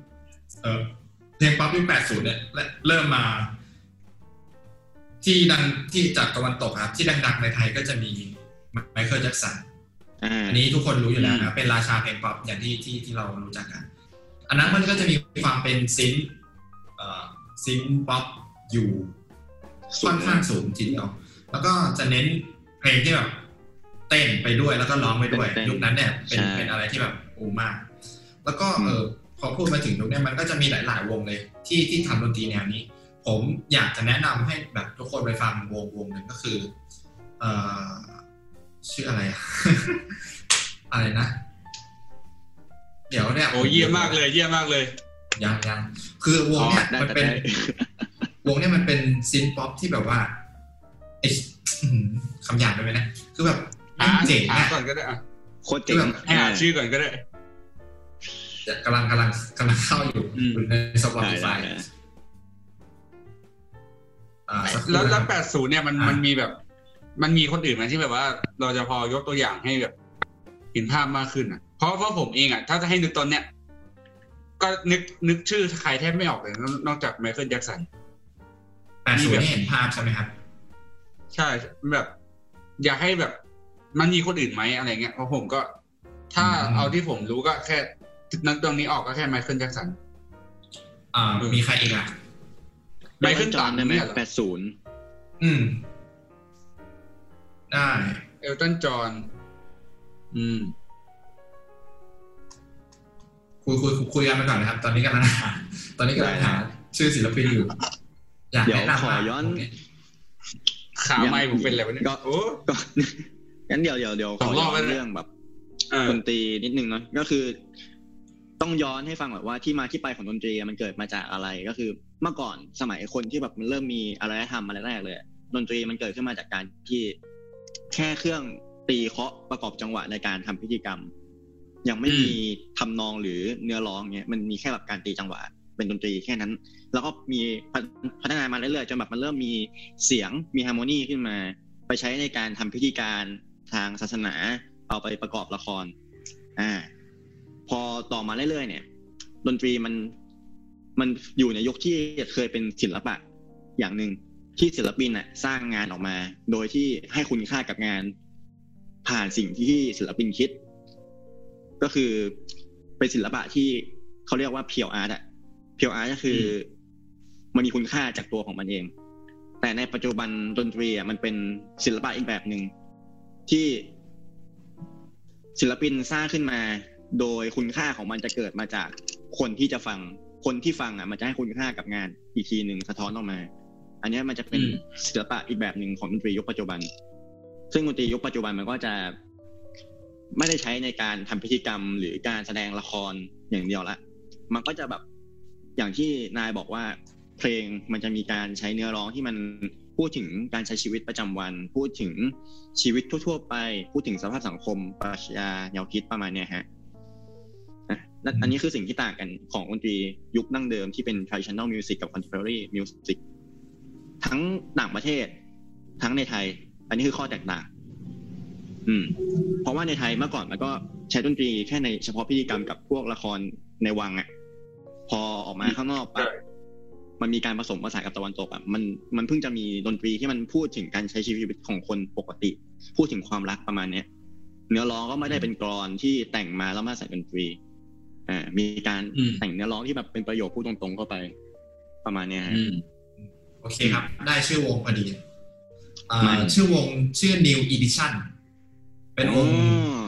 ป๊อปยุค80เนี่ยเริ่มมาที่ดังที่จากตะวันตกครับที่ดังๆในไทยก็จะมีไมเคิลแจ็คสันอันนี้ทุกคนรู้อยู่แล้วนะเป็นราชาเพลงป๊อปอย่างที่เรารู้จักกันอันนั้นมันก็จะมีความเป็นซินป๊อปอยู่ค่อนข้างสูงทีเดียวแล้วก็จะเน้นเพลงที่แบบเต้นไปด้วยแล้วก็ร้องไปด้วยยุคนั้นเนี่ยเป็นอะไรที่แบบโอ้มากแล้วก็พอพูดมาถึงยุคนี้มันก็จะมีหลายๆวงเลยที่ทำดนตรีแนวนี้ผมอยากจะแนะนำให้แบบทุกคนไปฟังวงหนึ่งก็คือชื่ออะไร อะไรนะเดี๋ยวเนี่ยโอ้เยี่ยมมากเลยยังคือวงเนี่ยมันเป็นวงเนี่ยมันเป็นซินป๊อปที่แบบว่าคำหยาบไปไหมนะคือแบบเจ๋งก่อนก็ได้โคตรเจ๋งชื่อก่อนก็ได้กำลังเข้าอยู่ใน Spotify แล้ว80เนี่ยมันมีแบบมันมีคนอื่นไหมที่แบบว่าเราจะพอยกตัวอย่างให้แบบเห็นภาพมากขึ้นเพราะผมเองถ้าจะให้นึกตอนเนี้ยก็นึกชื่อใครแทบไม่ออกเลยนอกจากไมเคิลแจ็คสัน 80นี่เห็นภาพใช่ไหมครับใช่แบบอยากให้แบบมันมีคนอื่นไหมอะไรเงี้ยเพราะผมก็ถ้าเอาที่ผมรู้ก็แค่นึกตรงนี้ออกก็แค่ไมเคิลแจ็คสันมีใครอีกไมเคิลจอห์นได้ไหม80 ได้เอลตันจอห์นคุยกันไปก่อนนะครับตอนนี้กำลังหาชื่อศิลปินอยู่อยากแนะนำขอย้อนขาไม้ผมเป็นอะไรวะเนี่ยก็งั้นเดี๋ยวขอย้อนเรื่องแบบดนตรีนิดนึงเนาะก็คือต้องย้อนให้ฟังแบบว่าที่มาที่ไปของดนตรีมันเกิดมาจากอะไรก็คือเมื่อก่อนสมัยคนที่แบบมันเริ่มมีอะไรทำอะไรแรกเลยดนตรีมันเกิดขึ้นมาจากการที่แค่เครื่องตีเคาะประกอบจังหวะในการทำพิธีกรรมยังไม่มีทำนองหรือเนื้อร้องเงี้ยมันมีแค่แบบการตีจังหวะเป็นดนตรีแค่นั้นแล้วก็มีพัฒนามาเรื่อยๆจนแบบมันเริ่มมีเสียงมีฮาร์โมนีขึ้นมาไปใช้ในการทำพิธีการทางศาสนาเอาไปประกอบละครพอต่อมาเรื่อยๆเนี่ยดนตรีมันอยู่ในยุคที่เคยเป็นศิลปะอย่างหนึ่งที่ศิลปินสร้างงานออกมาโดยที่ให้คุณค่ากับงานผ่านสิ่งที่ศิลปินคิดก็คือเป็นศิลปะที่เขาเรียกว่าเพียวอาร์ตเพียวอาร์ตก็คือมันมีคุณค่าจากตัวของมันเองแต่ในปัจจุบันดนตรีมันเป็นศิลปะอีกแบบหนึ่งที่ศิลปินสร้างขึ้นมาโดยคุณค่าของมันจะเกิดมาจากคนที่จะฟังคนที่ฟังมันจะให้คุณค่ากับงานอีกทีนึงสะท้อนออกมาอันนี้มันจะเป็นศิลปะอีกแบบหนึ่งของดนตรียุคปัจจุบันซึ่งดนตรียุคปัจจุบันมันก็จะไม่ได้ใช้ในการทำพิธีกรรมหรือการแสดงละครอย่างเดียวละมันก็จะแบบอย่างที่นายบอกว่าเพลงมันจะมีการใช้เนื้อร้องที่มันพูดถึงการใช้ชีวิตประจำวันพูดถึงชีวิตทั่วๆไปพูดถึงสภาพสังคมปรัชญาแนวคิดประมาณนี้ฮะอันนี้คือสิ่งที่ต่างกันของดนตรียุคดั้งเดิมที่เป็น traditional music กับ contemporary music ทั้งต่างประเทศทั้งในไทยอันนี้คือข้อแตกต่างเพราะว่าในไทยเมื่อก่อนมันก็ใช้ดนตรีแค่ในเฉพาะพิธีกรรมกับพวกละครในวังพอออกมาข้างนอกปั๊บมันมีการผสมผสานกับตะวันตกมันเพิ่งจะมีดนตรีที่มันพูดถึงการใช้ชีวิตของคนปกติพูดถึงความรักประมาณนี้เนื้อร้องก็ไม่ได้เป็นกลอนที่แต่งมาแล้วมาใส่ดนตรีมีการแต่งเนื้อร้องที่แบบเป็นประโยคพูดตรงๆเข้าไปประมาณนี้โอเคครับได้ชื่อวงพอดีชื่อวงชื่อ New Edition เป็นวง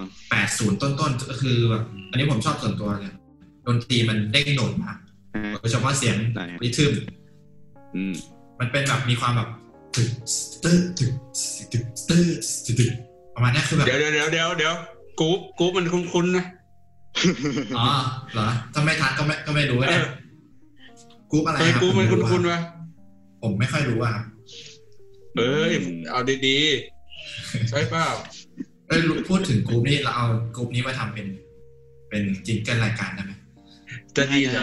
80ต้นๆก็คือแบบอันนี้ผมชอบส่วนตัวเลยดนตรีมันเด้งโดดมากโดยเฉพาะเสียงริทึมมันเป็นแบบมีความแบบตึ๊ดตึ๊ดตึ๊ดตึ๊ดตึ๊ดตึ๊ดปประมาณนี้คือแบบเดี๋ยวกรุ๊ปมันคุ้นๆนะอ๋อเหรอถ้าไม่ทักก็ไม่รู้นะกรุ๊ปอะไรครับกรุ๊ปมันคุ้นๆวะผมไม่ค่อยรู้อ่ะเอาดีๆใช่เปล่าพูดถึงกรุ๊ปนี้เราเอากรุ๊ปนี้มาทำเป็นจิงเกิลรายการได้ไหมจะดีเหรอ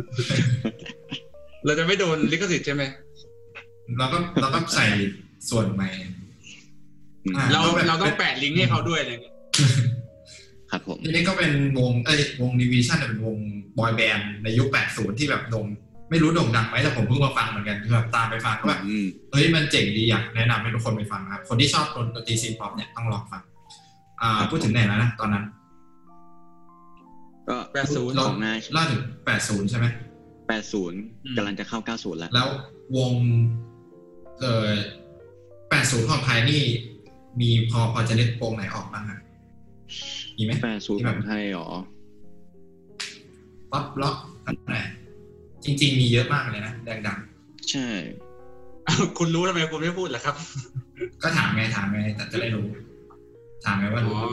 เราจะไม่โดนลิขสิทธิ์ใช่ไหมเราก็ใส่ส่วนใหม่เราต้องแปะลิงก์ให้เขาด้วยเลยครับผมทีนี้ก็เป็นวงดิวิชั่นเป็นวงบอยแบนด์ในยุค80ที่แบบไม่รู้โด่งดังไหมแต่ผมเพิ่งมาฟังเหมือนกันแบบตามไปฟังก็แบบเฮ้ยมันเจ๋งดีอยากแนะนำให้ทุกคนไปฟังครับคนที่ชอบดนตรีซินป๊อปเนี่ยต้องลองฟังพูดถึงไหนแล้วนะตอนนั้นก็80 ของนายล่าถึง80ใช่ไหม 80กำลังจะเข้า90 แล้ววง80ของไทยนี่มีพอจะนึกวงไหนออกบ้างมีไหม 80ของไทยหรอป๊อปล็อกอะไรจริงๆมีเยอะมากเลยนะดังๆใช่คุณรู้ทำไมคุณไม่พูดล่ะครับก็ถามไงแต่จะได้รู้ถามไงว่ารู้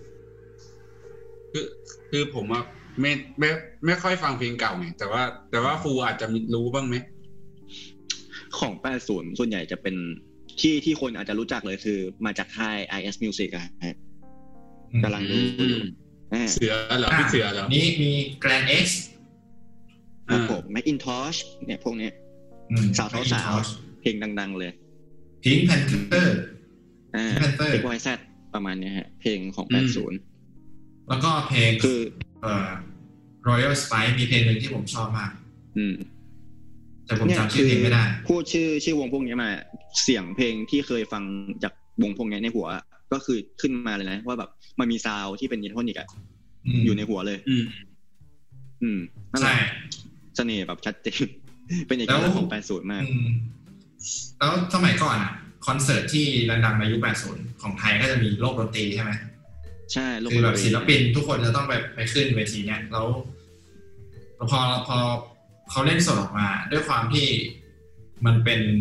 คือผมว่าไม่ค่อยฟังเพลงเก่าไงแต่ว่าฟูอาจจะรู้บ้างไหมของ80ส่วนใหญ่จะเป็นที่คนอาจจะรู้จักเลยคือมาจากค่าย IS Music อ่ะกำลังดูเสือเหรอพี่เสือเหรอนี่มี Grand X ครับผม Macintosh เนี่ยพวกนี้สาวเพลงดังๆเลย Pink Panther XYZ ประมาณนี้ฮะเพลงของ80 แล้วก็เพลงคือRoyal Spice มีเพลงนึงที่ผมชอบมากแต่ผมจำชื่อเพลงไม่ได้พูดชื่อวงพวกนี้มาเสียงเพลงที่เคยฟังจากวงพวกนี้ในหัวก็คือขึ้นมาเลยนะว่าแบบมันมีซาวด์ที่เป็นอิเล็กทรอนิกส์อยู่ในหัวเลยนั่นแหละเสน่ห์แบบชัดเจนเป็นเอกลักษณ์ของ80มากแล้วสมัยก่อนคอนเสิร์ตที่ดังๆในยุค80ของไทยก็จะมีโลกดนตรีใช่ไหมใช่คือแบบศิลปินทุกคนจะต้องไปขึ้นเวทีเนี้ยแล้วพอเขาเล่นสดออกมาด้วยความที่มัน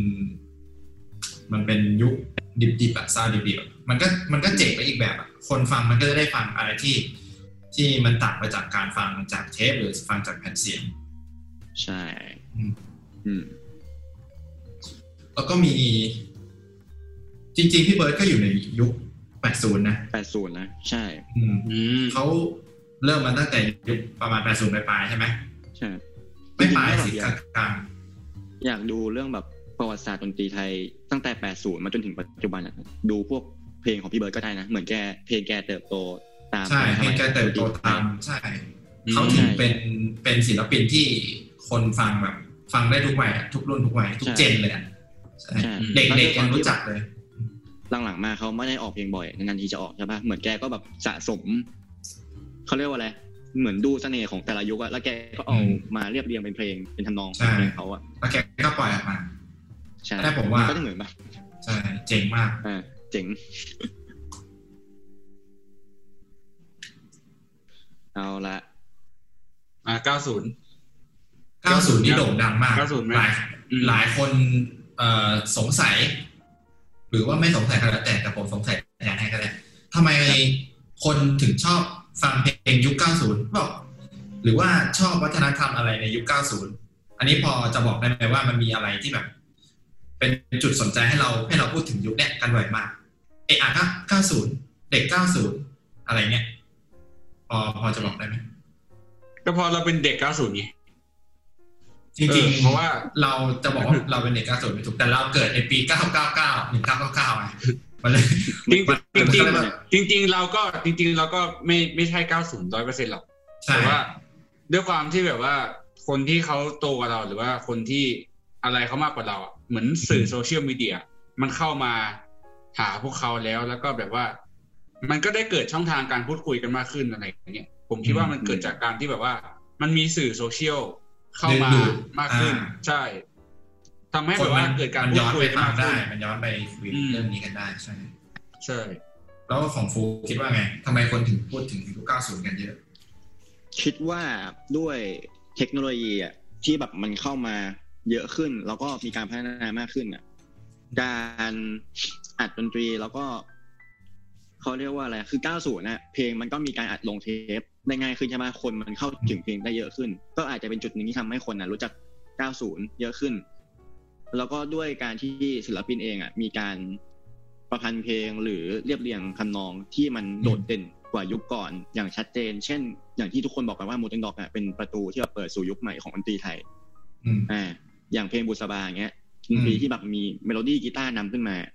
เป็นยุคดิบๆอะซาวด์ดิบๆมันก็เจ๋งไปอีกแบบอะคนฟังมันก็จะได้ฟังอะไรที่มันต่างไปจากการฟังจากเทปหรือฟังจากแผ่นเสียงใช่แล้วก็มีจริงๆพี่เบิร์ดก็อยู่ในยุค80นะใช่เขาเริ่มมาตั้งแต่ยุคประมาณ80ปลายๆใช่ไหมใช่ไม่ปลายสิกลางอยากดูเรื่องแบบประวัติศาสตร์ดนตรีไทยตั้งแต่80มาจนถึงปัจจุบันดูพวกเพลงของพี่เบิร์ดก็ได้นะเหมือนเพลงแกเติบโตตามใช่เพลงแกเติบโตตามใช่เขาถึงเป็นศิลปินที่คนฟังแบบฟังได้ทุกวัยทุกรุ่นทุกวัยทุกเจนเลยเด็กๆยังรู้จักเลยหลังๆมาเขาไม่ได้ออกเพลงบ่อยนานๆทีจะออกใช่ป่ะเหมือนแกก็แบบสะสมเขาเรียกว่าอะไรเหมือนดูเสน่ห์ของแต่ละยุคแล้วแกก็เอามาเรียบเรียงเป็นเพลงเป็นทำนองเพลงเขาแล้วแกก็ปล่อยออกมาใช่แต่ผมว่าก็จะเหมือนแบบใช่เจ๋งมากเจ๋งเอาละ 90 นี่โด่งดังมากหลายคนสงสัยหรือว่าไม่สงสัยก็แล้วแต่ผมสงสัยแทนให้ก็ได้ทำไมคนถึงชอบฟังเพลงยุค90บอกหรือว่าชอบวัฒนธรรมอะไรในยุค90อันนี้พอจะบอกได้ไหมว่ามันมีอะไรที่แบบเป็นจุดสนใจให้เราพูดถึงยุคเนี้ยกันบ่อยมาก90เด็ก90อะไรเงี้ยพอจะบอกได้ไหมก็พอเราเป็นเด็ก90ไงจริงๆเพราะว่าเราจะบอกว่าเราเป็นเด็ก90ไม่ถูกแต่เราเกิดในปี1999ไงมันเลยจริงเราก็ไม่ใช่90 100%หรอกแต่ว่าด้วยความที่แบบว่าคนที่เขาโตกว่าเราหรือว่าคนที่อะไรเขามากกว่าเราเหมือนสื่อโซเชียลมีเดียมันเข้ามาหาพวกเขาแล้วก็แบบว่ามันก็ได้เกิดช่องทางการพูดคุยกันมากขึ้นอะไรอย่างเงี้ยผมคิดว่ามันเกิดจากการที่แบบว่ามันมีสื่อโซเชียลเข้ามามากขึ้นใช่ทำให้แบบว่าเกิดการพูดคุยกันมากขึ้นมันย้อนไปคุยเรื่องนี้กันได้ใช่แล้วของฟูคิดว่าไงทำไมคนถึงพูดถึงยุค90กันเยอะคิดว่าด้วยเทคโนโลยีที่แบบมันเข้ามาเยอะขึ้นแล้วก็มีการพัฒนามากขึ้นการอัดดนตรีแล้วก็เขาเรียกว่าอะไรคือ90น่ะเพลงมันก็มีการอัดลงเทปได้ง่ายขึ้นใช่ไหมคนมันเข้าถึงเพลงได้เยอะขึ้นก็อาจจะเป็นจุดหนึ่งที่ทำให้คนน่ะรู้จัก90เยอะขึ้นแล้วก็ด้วยการที่ศิลปินเองอ่ะมีการประพันธ์เพลงหรือเรียบเรียงทำนองที่มันโดดเด่นกว่ายุคก่อนอย่างชัดเจนเช่นอย่างที่ทุกคนบอกกันว่า Modern Dog อ่ะเป็นประตูที่เปิดสู่ยุคใหม่ของดนตรีไทยอย่างเพลงบุษบาอย่างเงี้ยดนตรีที่แบบมีเมโลดี้กีตาร์นำขึ้นมา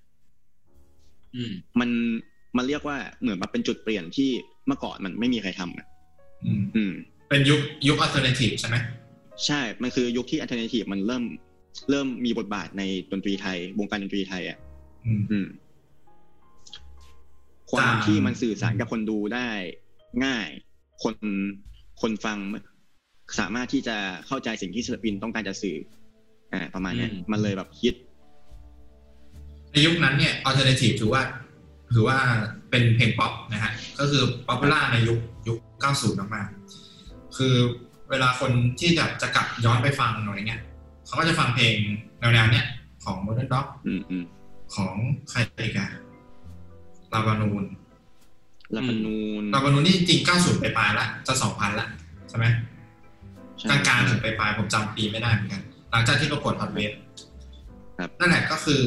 มันเรียกว่าเหมือนแบบเป็นจุดเปลี่ยนที่เมื่อก่อนมันไม่มีใครทำอ่ะเป็นยุคอัลเทอร์เนทีฟใช่ไหมใช่มันคือยุคที่อัลเทอร์เนทีฟมันเริ่มมีบทบาทในดนตรีไทยวงการดนตรีไทยอ่ะความที่มันสื่อสารกับคนดูได้ง่ายคนฟังสามารถที่จะเข้าใจสิ่งที่ศิลปินต้องการจะสื่อประมาณนี้มันเลยแบบฮิตในยุคนั้นเนี่ยอัลเทอร์เนทีฟถือว่าเป็นเพลงป๊อปนะฮะก็คือป๊อปปูล่าในยุค90มากๆคือเวลาคนที่จะกลับย้อนไปฟังอะไรเงี้ยเขาก็จะฟังเพลงแนวๆเนี้ยของ Modern Dog ของใครอีกอะลาบานูนนี่จริง90ไปปลายละจะ 2000 ละใช่ไหมกลางๆถึงไปปลายผมจำปีไม่ได้เหมือนกันหลังจากที่ประกวดฮอตเวฟนั่นแหละก็คือ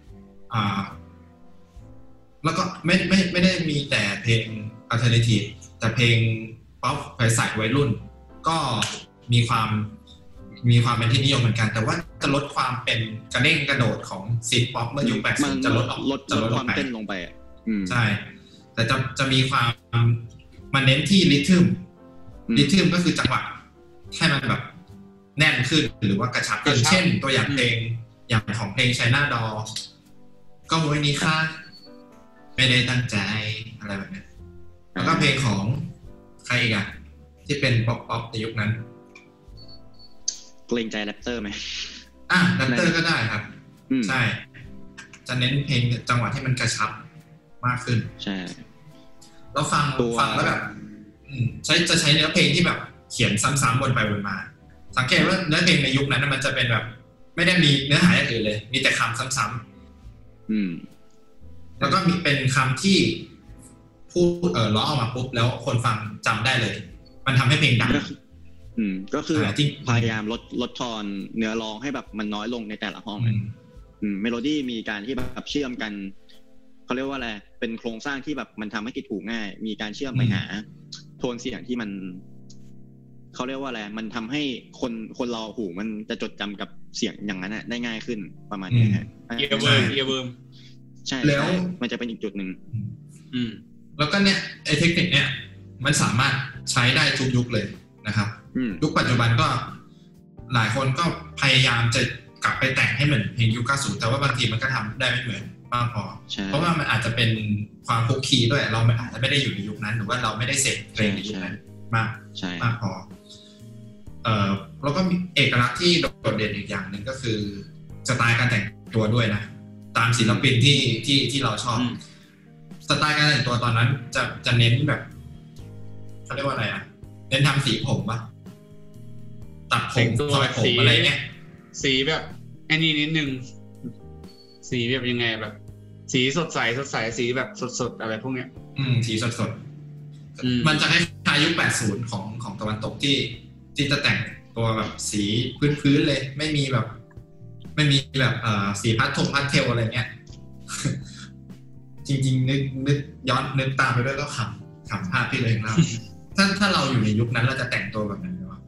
แล้วก็ไม่ได้มีแต่เพลงอัลเทอร์เนทีฟแต่เพลงป๊อปสายวัยรุ่นก็มีความเป็นที่นิยมเหมือนกันแต่ว่าจะลดความเป็นกระเด้งกระโดดของซิทป๊อปเมื่อยุค80จะลดความเต้นลงไปใช่แต่จะมีความมันเน้นที่ริทึมก็คือจังหวะให้มันแบบแน่นขึ้นหรือว่ากระชับขึ้นเช่นตัวอย่างเพลงอย่างของเพลง China Doll ก็วันนี้ค่ะไม่ได้ตั้งใจอะไรแบบนี้แล้วก็เพลงของใครอีกอะที่เป็นป๊อปในยุคนั้นเกรงใจแรปเตอร์ไหมแรปเตอร์ก็ได้ครับใช่จะเน้นเพลงจังหวะที่มันกระชับมากขึ้นใช่แล้วฟังแล้วแบบจะใช้เนื้อเพลงที่แบบเขียนซ้ำๆวนไปวนมาสังเกตว่าเนื้อเพลงในยุคนั้นมันจะเป็นแบบไม่ได้มีเนื้อหาอย่างอื่นเลยมีแต่คำซ้ำๆแล้วก็มีเป็นคำที่พูดร้องออกมาปุ๊บแล้วคนฟังจำได้เลยมันทำให้เพลงดังก็คือพยายามลดทอนเนื้อร้องให้แบบมันน้อยลงในแต่ละห้องเมโลดี้มีการที่แบบเชื่อมกันเขาเรียกว่าอะไรเป็นโครงสร้างที่แบบมันทำให้ติดหูง่ายมีการเชื่อมไปหาโทนเสียงที่มันเขาเรียกว่าอะไรมันทำให้คนเราหูมันจะจดจำกับเสียงอย่างนั้นได้ง่ายขึ้นประมาณนี้ฮะเอียร์เวิร์มใช่แล้วมันจะเป็นอีกจุดหนึ่งแล้วก็เนี่ยไอ้เทคนิคเนี่ยมันสามารถใช้ได้ทุกยุคเลยนะครับยุคปัจจุบันก็หลายคนก็พยายามจะกลับไปแต่งให้เหมือนเพลงยุค90แต่ว่าบางทีมันก็ทำได้ไม่เหมือนมากพอเพราะว่ามันอาจจะเป็นความคุกคีด้วยเราอาจจะไม่ได้อยู่ในยุคนั้นหรือว่าเราไม่ได้เสพเพลงในยุคนั้นมากพอแล้วก็มีเอกลักษณ์ที่โดดเด่นอีกอย่างหนึ่งก็คือสไตล์การแต่งตัวด้วยนะตามศิลปินที่เราชอบสไตล์การแต่งตัวตอนนั้นจะเน้นแบบเขาเรียกว่าอะไรอ่ะเน้นทำสีผมปะตัดผมซอยผมอะไรเงี้ยสีแบบไอ้นี่นิดนึงสีแบบยังไงแบบสีสดใสสีแบบสดอะไรพวกเนี้ยสีสดมันจะคล้ายยุค80ของตะวันตกที่จะแต่งตัวแบบสีพื้นๆเลยไม่มีแบบสีพาสเทลอะไรเงี้ยจริงๆนึกย้อนนึกตามไปด้วยก็ขำภาพที่เลยของเราถ้าเราอยู่ในยุคนั้นเราจะแต่งตัวแบบนั้นไหมวะ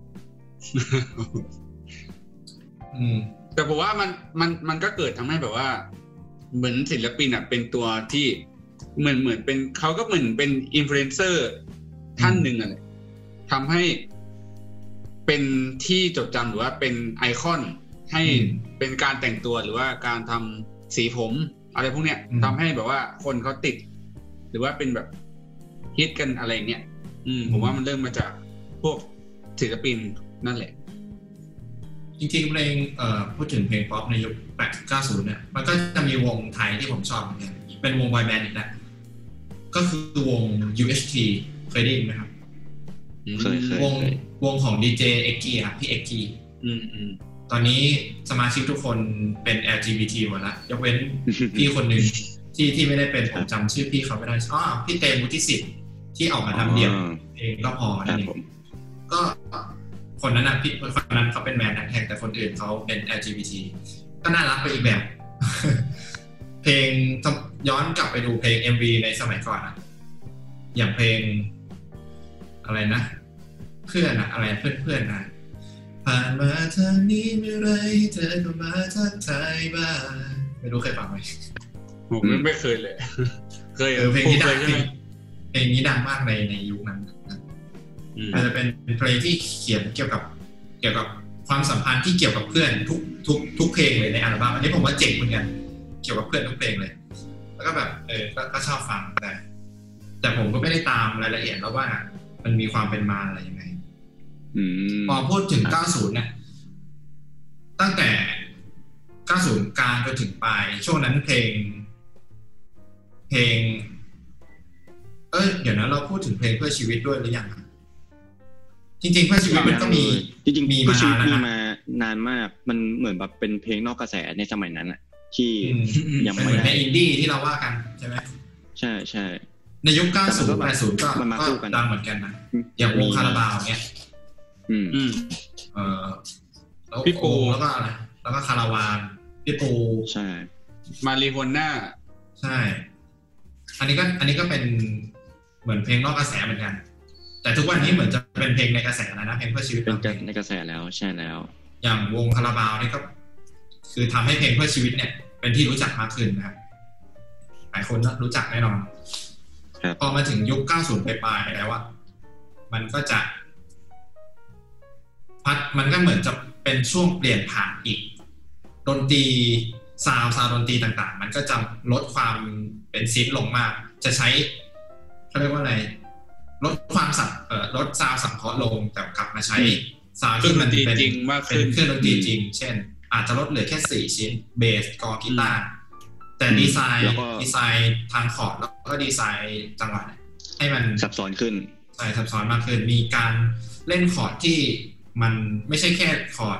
แต่ผมว่ามันก็เกิดทำให้แบบว่าเหมือนศิลปินอ่ะเป็นตัวที่เหมือนเป็นเขาก็เหมือนเป็นอินฟลูเอนเซอร์ท่านหนึ่งอะไรทำให้เป็นที่จดจำหรือว่าเป็นไอคอนให้เป็นการแต่งตัวหรือว่าการทำสีผมอะไรพวกเนี้ยทำให้แบบว่าคนเขาติดหรือว่าเป็นแบบฮิตกันอะไรเงี้ยผมว่ามันเริ่มมาจากพวกศิลปินนั่นแหละจริงๆเพลงพูดถึงเพลงป๊อปในยุค80-90เนี่ยมันก็จะมีวงไทยที่ผมชอบเหมือนกันเป็นวงบอยแบนด์อีกแล้วก็คือวง UHT เคยได้ยินไหมครับวงของดีเจเอ็กกี้ครับพี่เอ็กกี้ตอนนี้สมาชิกทุกคนเป็น LGBT หมดแล้วยกเว้นพี่คนหนึ่งที่ไม่ได้เป็นผมจำชื่อพี่เขาไม่ได้พี่เตมุทิสิทธิ์ที่ออกมาทำเดี่ยวเองก็พอนั่นเองก็คนนั้นนะพี่คนนั้นเขาเป็นแมนนักแข่งแต่คนอื่นเขาเป็น LGBT ก็น่ารักไปอีกแบบ เพลงย้อนกลับไปดูเพลง MV ในสมัยก่อนอย่างเพลงอะไรนะเพื่อนอะไรเพื่อนนะผ่านมาทางนี้เมื่อไรเธอก็มาทักทายบ้างไม่รู้เคยฟังไหมผมไม่เคยเลยเคยเพลงนี้ดังเพลงนี้ดังมากในยุคนั้นมันจะเป็นเพลงที่เขียนเกี่ยวกับความสัมพันธ์ที่เกี่ยวกับเพื่อนทุกเพลงเลยในอัลบั้มอันนี้ผมว่าเจ๋งเหมือนกันเกี่ยวกับเพื่อนทุกเพลงเลยแล้วก็แบบก็ชอบฟังแต่ผมก็ไม่ได้ตามรายละเอียดแล้วว่ามันมีความเป็นมาอะไรยังไงพอพูดถึง90เนี่ยตั้งแต่90กลางจนถึงปลายช่วงนั้นเพลงเดี๋ยวนะเราพูดถึงเพลงเพื่อชีวิตด้วยหรือยังจริงๆเพื่อชีวิตมันก็มีจริงๆมีมานานมากมันเหมือนแบบเป็นเพลงนอกกระแสในสมัยนั้นที่ยังไม่ได้ในอินดี้ที่เราว่ากันใช่ไหมใช่ในยุค90 80ก็ดังเหมือนกันนะอย่างวงคาราบาวเนี้ยแล้วพี่ปูแล้วก็อะไรแล้วก็คาราวานพี่ปูใช่มาริโฮน่าใช่อันนี้ก็เป็นเหมือนเพลงนอกกระแสเหมือนกันแต่ทุกวันนี้เหมือนจะเป็นเพลงในกระแสแล้วนะเพลงเพื่อชีวิตเป็นในกระแสแล้วใช่แล้วอย่างวงคาราบาวนี่ก็คือทำให้เพลงเพื่อชีวิตเนี่ยเป็นที่รู้จักมากขึ้นนะครับหลายคนรู้จักแน่นอนพอมาถึงยุค90ปลายๆแล้วมันก็จะมันก็เหมือนจะเป็นช่วงเปลี่ยนผ่านอีกดนตรีซาวดนตรีต่างๆมันก็จะลดความเป็นซินลงมากจะใช้เขาเรียกว่าอะไรลดความลดซาวสังเคราะห์ลงแต่กลับมาใช้ซาวที่มันเป็นเครื่องดนตรีจริงเช่นอาจจะลดเหลือแค่4ชิ้นเบสกลองกีตาร์แต่ดีไซน์ทางคอร์ดแล้วก็ดีไซน์จังหวะให้มันซับซ้อนขึ้นใช่ซับซ้อนมากขึ้นมีการเล่นคอร์ดที่มันไม่ใช่แค่คอร์ด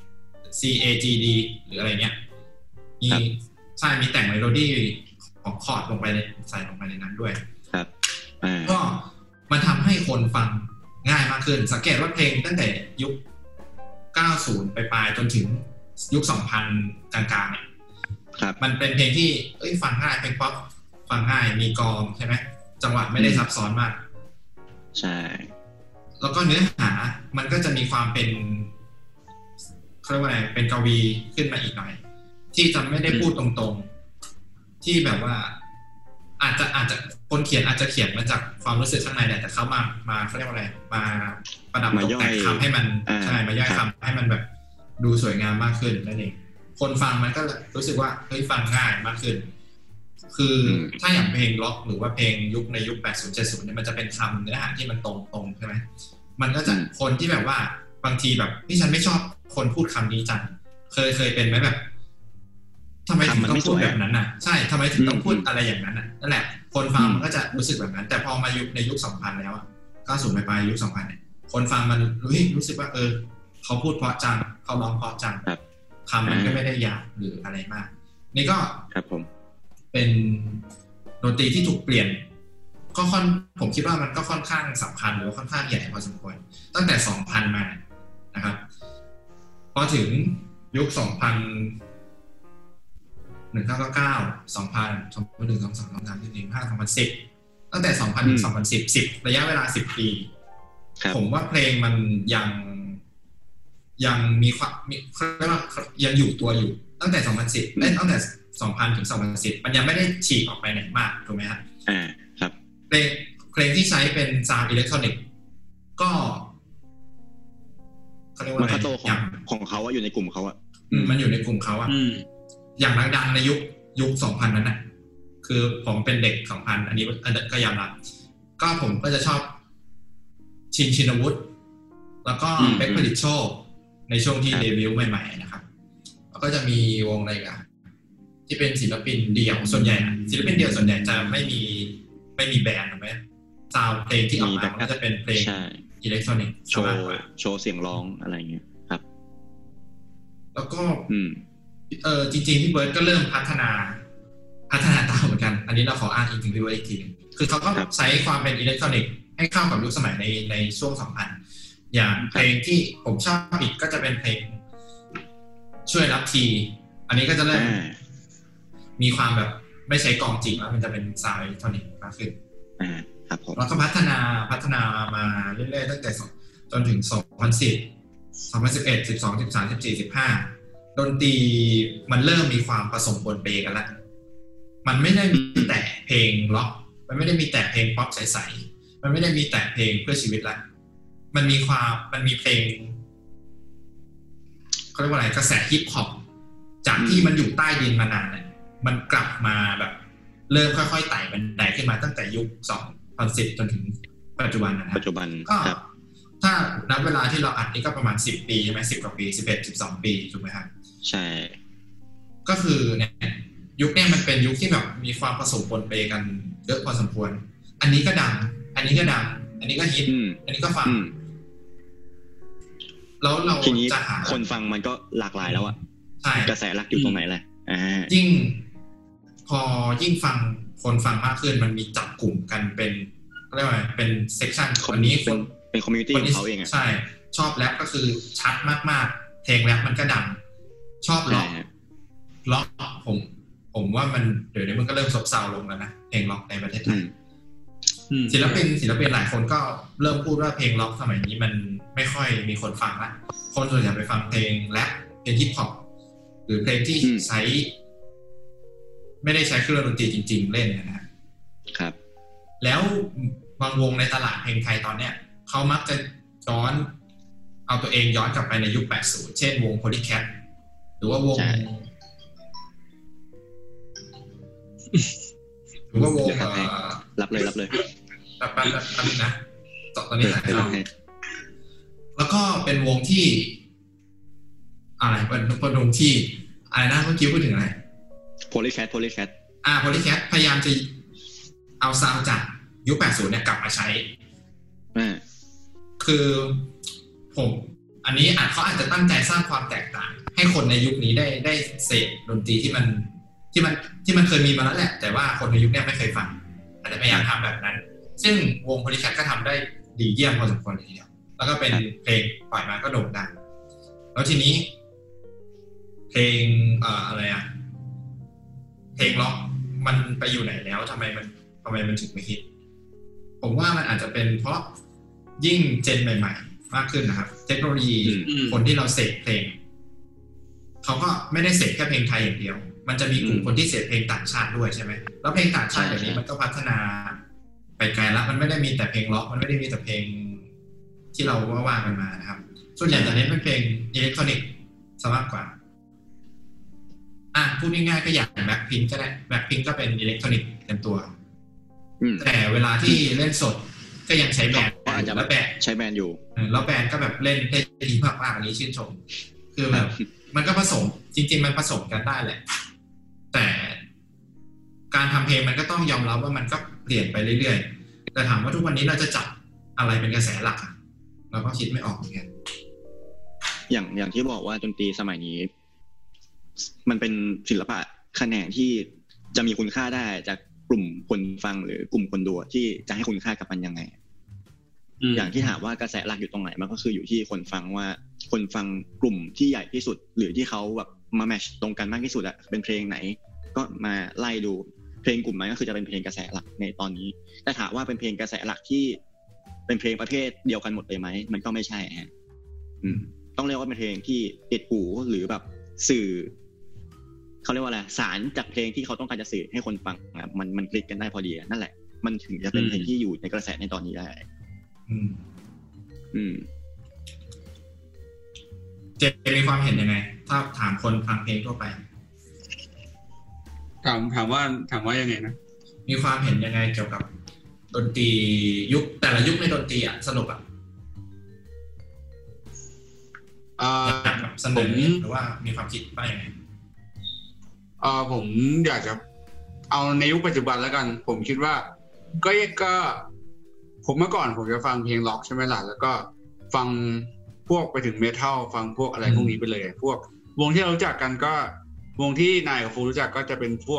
C A G D หรืออะไรเงี้ยมีแต่งเมโลดี้ของคอร์ดลงไปใส่ลงไปในนั้นด้วยครับก็มันทำให้คนฟังง่ายมากขึ้นสังเกตว่าเพลงตั้งแต่ยุค90ปลายๆจนถึงยุค2000กลางๆเนี่ยมันเป็นเพลงที่ฟังง่ายเพลงป๊อปฟังง่ายมีกลองใช่ไหมจังหวะไม่ได้ซับซ้อนมากใช่แล้วก็เนื้อหามันก็จะมีความเป็นเขาเรียกว่าอะไรเป็นกวีขึ้นมาอีกหน่อยที่จะไม่ได้พูดตรงๆที่แบบว่าอาจจะคนเขียนอาจจะเขียนมาจากความรู้สึกข้างในแต่เขามาเขาเรียกว่าอะไรมาประดับตกแต่งคำให้มันใช่มาย่อยคำให้มันแบบดูสวยงามมากขึ้นนั่นเองคนฟังมันก็รู้สึกว่าเฮ้ยฟังง่ายมากขึ้นคือถ้าอย่างเพลงล็อกหรือว่าเพลงในยุค80 70เนี่ยมันจะเป็นคำเนื้อหาที่มันตรงใช่ไหมมันก็จะคนที่แบบว่าบางทีแบบที่ฉันไม่ชอบคนพูดคำนี้จังเคยเป็นไหมแบบทำไมถึงต้องพูดแบบนั้นน่ะใช่ทำไมถึงต้องพูดอะไรอย่างนั้นน่ะนั่นแหละคนฟังมันก็จะรู้สึกแบบนั้นแต่พอมาในยุค 2000 แล้ว90ปลายยุค 2000เนี่ยคนฟังมันรู้สึกว่าเขาพูดเพราะจังเขาร้องเพราะจังคำมันก็ไม่ได้ยาวหรืออะไรมากนี่ก็ครับผมเป็นดนตรีที่ถูกเปลี่ยนก็ผมคิดว่ามันก็ค่อนข้างสำคัญหรือว่าค่อนข้างใหญ่พอสมควรตั้งแต่ 2000 มานะครับพอถึงยุค 2000 1999 2000 2001 2002 2003 2005 2010ตั้งแต่ 2000 ถึง 2010 ระยะเวลา 10 ปีผมว่าเพลงมันยังมีความเรียกว่ายังอยู่ตัวอยู่ตั้งแต่ 2010 และตั้งแต่ 2000 ถึง 2010 มันยังไม่ได้ฉีกออกไปไหนมากถูกไหมครับครับเพลงที่ใช้เป็นซาวด์อิเล็กทรอนิกส์ก็เขาเรียกว่าอะไรของเขาอยู่ในกลุ่มเขามันอยู่ในกลุ่มเขาอย่างดังๆในยุค 2000 นั้นน่ะคือผมเป็นเด็ก 2000 อันนี้ก็ยอมรับก็ผมก็จะชอบชินวุฒิแล้วก็เป๊กผลิตโชคในช่วงที่เดบิวต์ใหม่ๆนะครับแล้วก็จะมีวงอะไรกันที่เป็นศิลปินเดี่ยวส่วนใหญ่ศิลปินเดี่ยวส่วนใหญ่จะไม่มีแบนด์ถูกไหมซาวด์เพลงที่ออกมาก็จะเป็นเพลงอิเล็กทรอนิกส์โชว์เสียงร้องอะไรเงี้ยครับแล้วก็จริงๆพี่เบิร์ดก็เริ่มพัฒนาตามเหมือนกันนนี้เราขออ้างอิงถึงพี่เวิร์ดอีกทีนึงคือเขาก็ใช้ความเป็นอิเล็กทรอนิกส์ให้เข้ากับยุคสมัยในช่วง 2000 อย่างเพลงที่ผมชอบอีกก็จะเป็นเพลงช่วยรับทีอันนี้ก็จะเริ่มมีความแบบไม่ใช้กลองจริงแล้วมันจะเป็นซาวด์อิเล็กทรอนิกส์มากขึ้นครับผมแล้วก็พัฒนามาเรื่อยๆตั้งแต่จนถึง 2010 2011 12 13 14 15ดนตรีมันเริ่มมีความผสมปนเปกันแล้วมันไม่ได้มีแต่เพลงล็อกมันไม่ได้มีแต่เพลงป๊อปใสๆมันไม่ได้มีแต่เพลงเพื่อชีวิตแล้วมันมีเพลงเขาเรียกว่าอะไรกระแสฮิปฮอปจากที่มันอยู่ใต้ดินมานานเนี่ยมันกลับมาแบบเริ่มค่อยๆไต่บันไดขึ้นมาตั้งแต่ยุค2010จนถึงปัจจุบันนะครับปัจจุบันก็ถ้านับเวลาที่เราอัดนี่ก็ประมาณ10ปีใช่ไหม10กว่าปี11 12ปีถูกไหมครับใช่ก็คือเนี่ยยุคนี้มันเป็นยุคที่แบบมีความผสมปนเปกันเยอะพอสมควรอันนี้ก็ดังอันนี้ก็ดังอันนี้ก็ฮิตอันนี้ก็ฟังแล้วเราจะหาคนฟังมันก็หลากหลายแล้วอะกระแสหลักอยู่ตรงไหนแหละยิ่งฟังคนฟังมากขึ้นมันมีจับกลุ่มกันเป็นเรียกว่าเป็นเซกชันวันนี้คนเป็นคอมมูนิตี้ของเขาเองอ่ะใช่ชอบแรปก็คือชัดมากๆเพลงแรปมันก็ดังชอบล็อกผมว่ามันเดี๋ยวนี้มันก็เริ่มซบเซาลงแล้วนะเพลงล็อกในประเทศไทยศิลปินหลายคนก็เริ่มพูดว่าเพลงล็อกสมัยนี้มันไม่ค่อยมีคนฟังละคนส่วนใหญ่ไปฟังเพลงแรปเพลงฮิปฮอปหรือเพลงที่ใช้ไม่ได้ใช้เครื่องดนตรีจริงๆเล่นนะครับแล้วบางวงในตลาดเพลงไทยตอนเนี้ยเขามักจะเอาตัวเองย้อนกลับไปในยุค80เช่นวง Polycat หรือว่าวงรับเลยแป๊บนะตอนนี้แล้วก็เป็นวงที่อะไรเป็นวงที่อะไรนะเมื่อกี้พูดถึงอะไร Polycat Polycat พยายามจะเอาซาวด์จากยุค80เนี่ยกลับมาใช้คือผมอันนี้เขาอาจจะตั้งใจสร้างความแตกต่างให้คนในยุคนี้ได้เสพดนตรีที่มันเคยมีมาแล้วแหละแต่ว่าคนในยุคนี้ไม่เคยฟังอาจจะพยายามทำแบบนั้นซึ่งวง Polycat ก็ทำได้ดีเยี่ยมพอสมควรเลยทีเดียวแล้วก็เป็นเพลงปล่อยมาก็โด่งดังแล้วทีนี้เพลงอะไรอะเพลงล็อกมันไปอยู่ไหนแล้วทำไมมันถึงไม่ฮิตผมว่ามันอาจจะเป็นเพราะยิ่งเจนใหม่ๆมากขึ้นนะครับเทคโนโลยีคนที่เราเสพเพลงเขาก็ไม่ได้เสพแค่เพลงไทยอย่างเดียวมันจะมีกลุ่มคนที่เสพเพลงต่างชาติด้วยใช่ไหมแล้วเพลงต่างชาติอย่างนี้มันก็พัฒนาไปไกลแล้วมันไม่ได้มีแต่เพลงล็อกมันไม่ได้มีแต่เพลงที่เราว่ากันมานะครับส่วนใหญ่จะเน้นเป็นเพลงอิเล็กทรอนิกส์ซะมากกว่าพูดง่ายๆก็อย่างแบ็คพิงค์ก็ได้แบ็คพิงค์ก็เป็นอิเล็กทรอนิกส์เต็มตัวแต่เวลาที่เล่นสดก็ยังใช้แบนด์แล้วแบนด์ใช้แบนด์อยู่แล้วแบนด์ก็แบบเล่นได้ดีมากๆอันนี้ชื่นชมคือแบบมันก็ผสมจริงๆมันผสมกันได้แหละแต่การทำเพลงมันก็ต้องยอมรับว่ามันก็เปลี่ยนไปเรื่อยๆแต่ถามว่าทุกวันนี้เราจะจับอะไรเป็นกระแสหลักเราก็คิดไม่ออกเหมือนกันอย่างที่บอกว่าดนตรีสมัยนี้มันเป็นศิลปะแขนงที่จะมีคุณค่าได้จากกลุ่มคนฟังหรือกลุ่มคนดูที่จะให้คุณค่ากับมันยังไงอย่างที่ถามว่ากระแสหลักอยู่ตรงไหนมันก็คืออยู่ที่คนฟังว่าคนฟังกลุ่มที่ใหญ่ที่สุดหรือที่เขาแบบมาแมทช์ตรงกันมากที่สุดอะเป็นเพลงไหนก็มาไล่ดูเพลงกลุ่มนั้นก็คือจะเป็นเพลงกระแสหลักในตอนนี้แต่ถามว่าเป็นเพลงกระแสหลักที่เป็นเพลงประเภทเดียวกันหมดเลยไหมมันก็ไม่ใช่ฮะต้องเรียกว่าเป็นเพลงที่ติดหูหรือแบบสื่อเขาเรียกว่าอะไรสารจากเพลงที่เขาต้องการจะสื่อให้คนฟังมันคลิกกันได้พอดีนั่นแหละมันถึงจะเป็นเพลงที่อยู่ในกระแสในตอนนี้ได้เจมีความเห็นยังไงถ้าถามคนฟังเพลงทั่วไปถามว่ายังไงนะมีความเห็นยังไงเกี่ยวกับดนตรียุคแต่ละยุคในดนตรีสนุกสนุกหรือว่ามีความคิดว่ายังไงผมอยากจะเอาในยุคปัจจุบันแล้วกันผมคิดว่าก็ผมเมื่อก่อนผมจะฟังเพลงล็อกใช่ไหมล่ะแล้วก็ฟังพวกไปถึงเมทัลฟังพวกอะไรพวกนี้ไปเลยพวกวงที่เรารู้จักกันก็วงที่นายกับฟูรู้จักก็จะเป็นพวก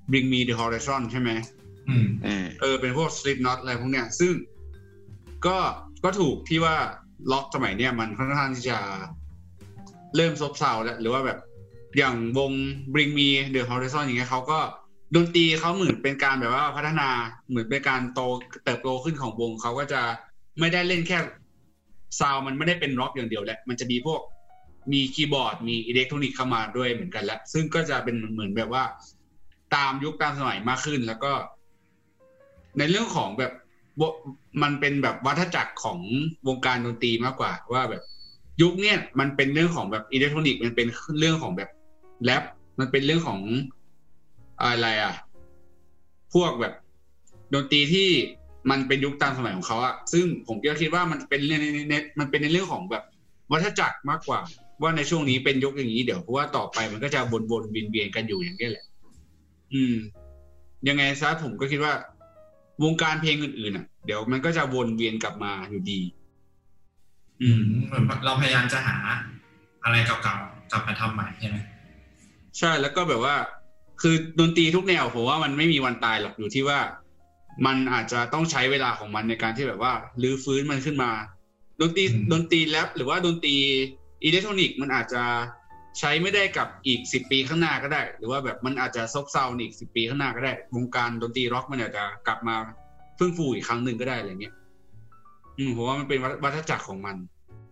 Bring Me the Horizon ใช่ไหมเป็นพวก Slipknot อะไรพวกเนี้ยซึ่งก็ถูกที่ว่าล็อกสมัยเนี้ยมันค่อนข้างที่จะเริ่มซบเซาแล้วหรือว่าแบบอย่างวง Bring Me the Horizon อย่างเงี้ยเขาก็ดนตรีเขาเหมือนเป็นการแบบว่าพัฒนาเหมือนเป็นการเติบโตขึ้นของวงเขาก็จะไม่ได้เล่นแค่ซาวมันไม่ได้เป็นร็อกอย่างเดียวแหละมันจะมีพวกมีคีย์บอร์ดมีอิเล็กทรอนิกส์เข้ามาด้วยเหมือนกันแล้วซึ่งก็จะเป็นเหมือนแบบว่าตามยุคตามสมัยมากขึ้นแล้วก็ในเรื่องของแบบมันเป็นแบบวัฏจักรของวงการดนตรีมากกว่าว่าแบบยุคเนี้ยมันเป็นเรื่องของแบบอิเล็กทรอนิกส์มันเป็นเรื่องของแบบแรปมันเป็นเรื่องของอะไรพวกแบบดนตรีที่มันเป็นยุคตามสมัยของเขาอะซึ่งผมก็คิดว่ามันเป็นมันเป็นในเรื่องของแบบวัฏจักรมากกว่าว่าในช่วงนี้เป็นยุคอย่างนี้เดี๋ยวเพราะว่าต่อไปมันก็จะวนๆเวียนๆกันอยู่อย่างนี้แหละยังไงซะผมก็คิดว่าวงการเพลงอื่นๆเดี๋ยวมันก็จะวนเวียนกลับมาอยู่ดีเหมือนเราพยายามจะหาอะไรเก่าๆกลับมาทำใหม่ใช่ไหมใช่แล้วก็แบบว่าคือดนตรีทุกแนวผมว่ามันไม่มีวันตายหรอกอยู่ที่ว่ามันอาจจะต้องใช้เวลาของมันในการที่แบบว่ารื้อฟื้นมันขึ้นมาดนตรีแรปหรือว่าดนตรีอิเล็กทรอนิกส์มันอาจจะใช้ไม่ได้กับอีก10ปีข้างหน้าก็ได้หรือว่าแบบมันอาจจะซบเซาอีก10ปีข้างหน้าก็ได้วงการดนตรีร็อกมันอาจจะกลับมาเฟื่องฟูอีกครั้งนึงก็ได้อะไรเงี้ยผมว่ามันเป็นวัฏจักรของมัน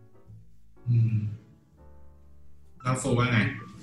แล้วฟูว่าไง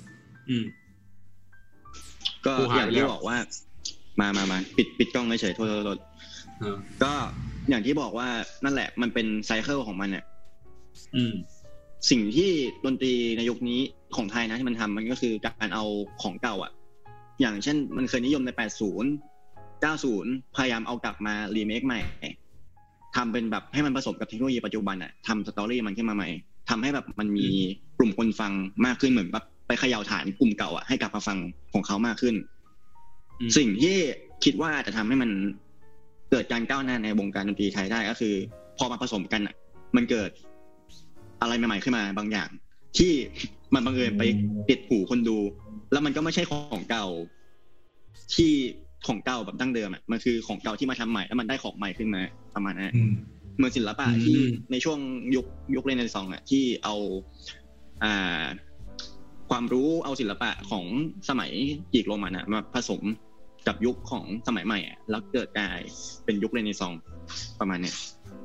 ก็อย่างที่บอกว่ามาปิดกล้องเฉยๆโทษก็อย่างที่บอกว่านั่นแหละมันเป็นไซเคิลของมันเนี่ยสิ่งที่ดนตรีในยุคนี้ของไทยนะที่มันทำมันก็คือการเอาของเก่าอย่างเช่นมันเคยนิยมใน80 90พยายามเอากลับมารีเมคใหม่ทำเป็นแบบให้มันผสมกับเทคโนโลยีปัจจุบันทำสตอรี่มันขึ้นมาใหม่ทำให้แบบมันมีกลุ่มคนฟังมากขึ้นเหมือนแบบไปเขย่าฐานกลุ่มเก่าให้กลับมาฟังของเขามากขึ้นสิ่งที่คิดว่าจะทำให้มันเกิดการก้าวหน้าในวงการดนตรีไทยได้ก็คือพอมาผสมกันมันเกิดอะไรใหม่ๆขึ้นมาบางอย่างที่มันบังเอิญไปติดหูคนดูแล้วมันก็ไม่ใช่ของเก่าที่ของเก่าแบบดั้งเดิมมันคือของเก่าที่มาทำใหม่แล้วมันได้ของใหม่ขึ้นมาประมาณนั้นเหมือนศิลปะที่ในช่วงยุคเรเนซองส์ที่เอาความรู้เอาศิลปะของสมัยกรีกโรมันมาผสมกับยุคของสมัยใหม่แล้วเกิดกลายเป็นยุคเรเนซองส์ประมาณนี้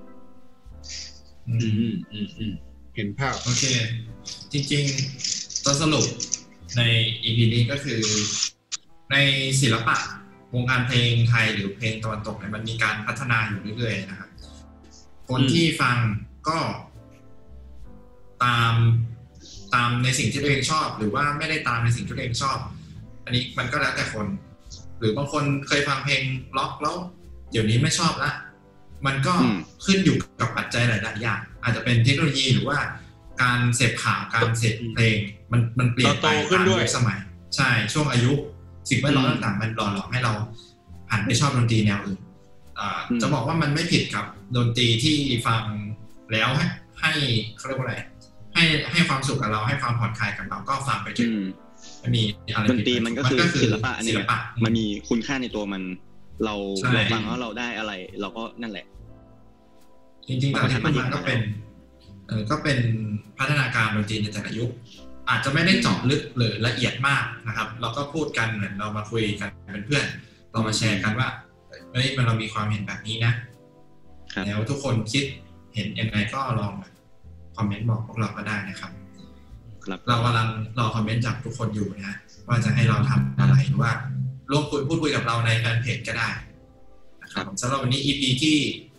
เห็นภาพโอเคจริงๆตัวสรุปใน EP นี้ก็คือในศิลปะวงการเพลงไทยหรือเพลงตะวันตกเนี่ยมันมีการพัฒนาอยู่เรื่อยๆนะครับคนที่ฟังก็ตามในสิ่งที่ตัวเองชอบหรือว่าไม่ได้ตามในสิ่งที่ตัวเองชอบอันนี้มันก็แล้วแต่คนหรือบางคนเคยฟังเพลงล็อกแล้วเดี๋ยวนี้ไม่ชอบละมันก็ขึ้นอยู่กับปัจจัยหลายๆอย่างอาจจะเป็นเทคโนโลยีหรือว่าการเสพข่าวการเสพเพลงมันเปลี่ยนไปตามยุคสมัยใช่ช่วงอายุสิ่งแวดล้อมต่างๆมันหล่อหลอมให้เราหันไปชอบดนตรีแนวอื่นจะบอกว่ามันไม่ผิดกับดนตรีที่ฟังแล้วให้เขาเรียกว่าอะไรให้ความสุขกับเราให้ความผ่อนคลายกับเราก็ฟังไปจนไม่มีอะไรดนตรีมันก็คือศิลปะอันนี้มันมีคุณค่าในตัวมันเราฟังแล้วเราได้อะไรเราก็นั่นแหละจริงๆตอนที่มันก็เป็นพัฒนาการดนตรีในแต่ละยุคอาจจะไม่ได้เจาะลึกหรือละเอียดมากนะครับเราก็พูดกันเหมือนเรามาคุยกันเป็นเพื่อนเรามาแชร์กันว่าเฮ้ยเรามีความเห็นแบบนี้นะแล้วทุกคนคิดเห็นยังไงก็ลองคอมเมนต์บอกพวกเราก็ได้นะครับเรากำลังรอคอมเมนต์จากทุกคนอยู่นะว่าจะให้เราทำอะไรหรือว่าร่วมพูดคุยกับเราในแฟนเพจก็ได้นะครับสำหรับวันนี้ EP ที่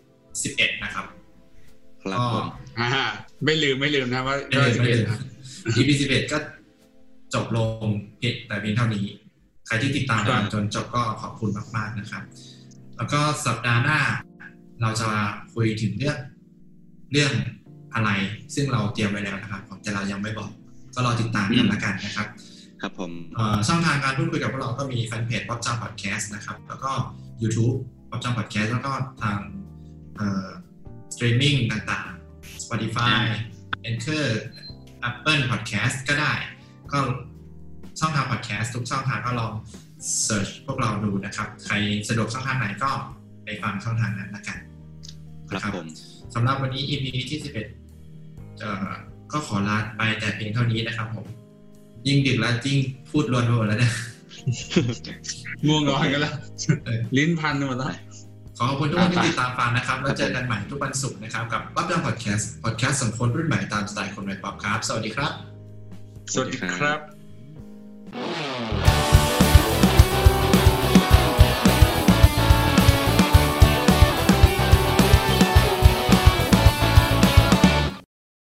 11นะครับก็ไม่ลืมนะว่าไม่ลืม EP 11ก็จบลงแต่เพียงเท่านี้ใครที่ติดตามมาจนจบก็ขอบคุณมากๆนะครับแล้วก็สัปดาห์หน้าเราจะคุยถึงเรื่องอะไรซึ่งเราเตรียมไว้แล้วนะครับแต่เรายังไม่บอกก็รอติดตามกันละกันนะครับครับผมช่องทางการพูดคุยกับพวกเราก็มีแฟนเพจ Pop Jam Podcast นะครับแล้วก็ YouTube Pop Jam Podcast แล้วก็ทางสตรีมมิ่งต่างๆ Spotify Anchor Apple Podcast ก็ได้ก็ช่องทางพอดแคสต์ทุกช่องทางก็ลองเสิร์ชพวกเราดูนะครับใครสะดวกช่องทางไหนก็ไปฟังช่องทางนั้นละกันครับผมสำหรับวันนี้ EP ที่11ก็ขอลาไปแต่เพียงเท่านี้นะครับผมยิ่งดึกแล้วยิ่งพูดรวนไปหมดแล้วเนี่ยง่วงนอนกันแล้วลิ้นพันหมดแล้วขอขอบคุณทุกคนที่ติดตามฟังนะครับแล้วเจอกันใหม่ทุกวันศุกร์นะครับกับป๊อปดังพอดแคสต์สำหรับคนรุ่นใหม่ตามสไตล์คนวัยป๊อปครับสวัสดีครับสวัสดีครับ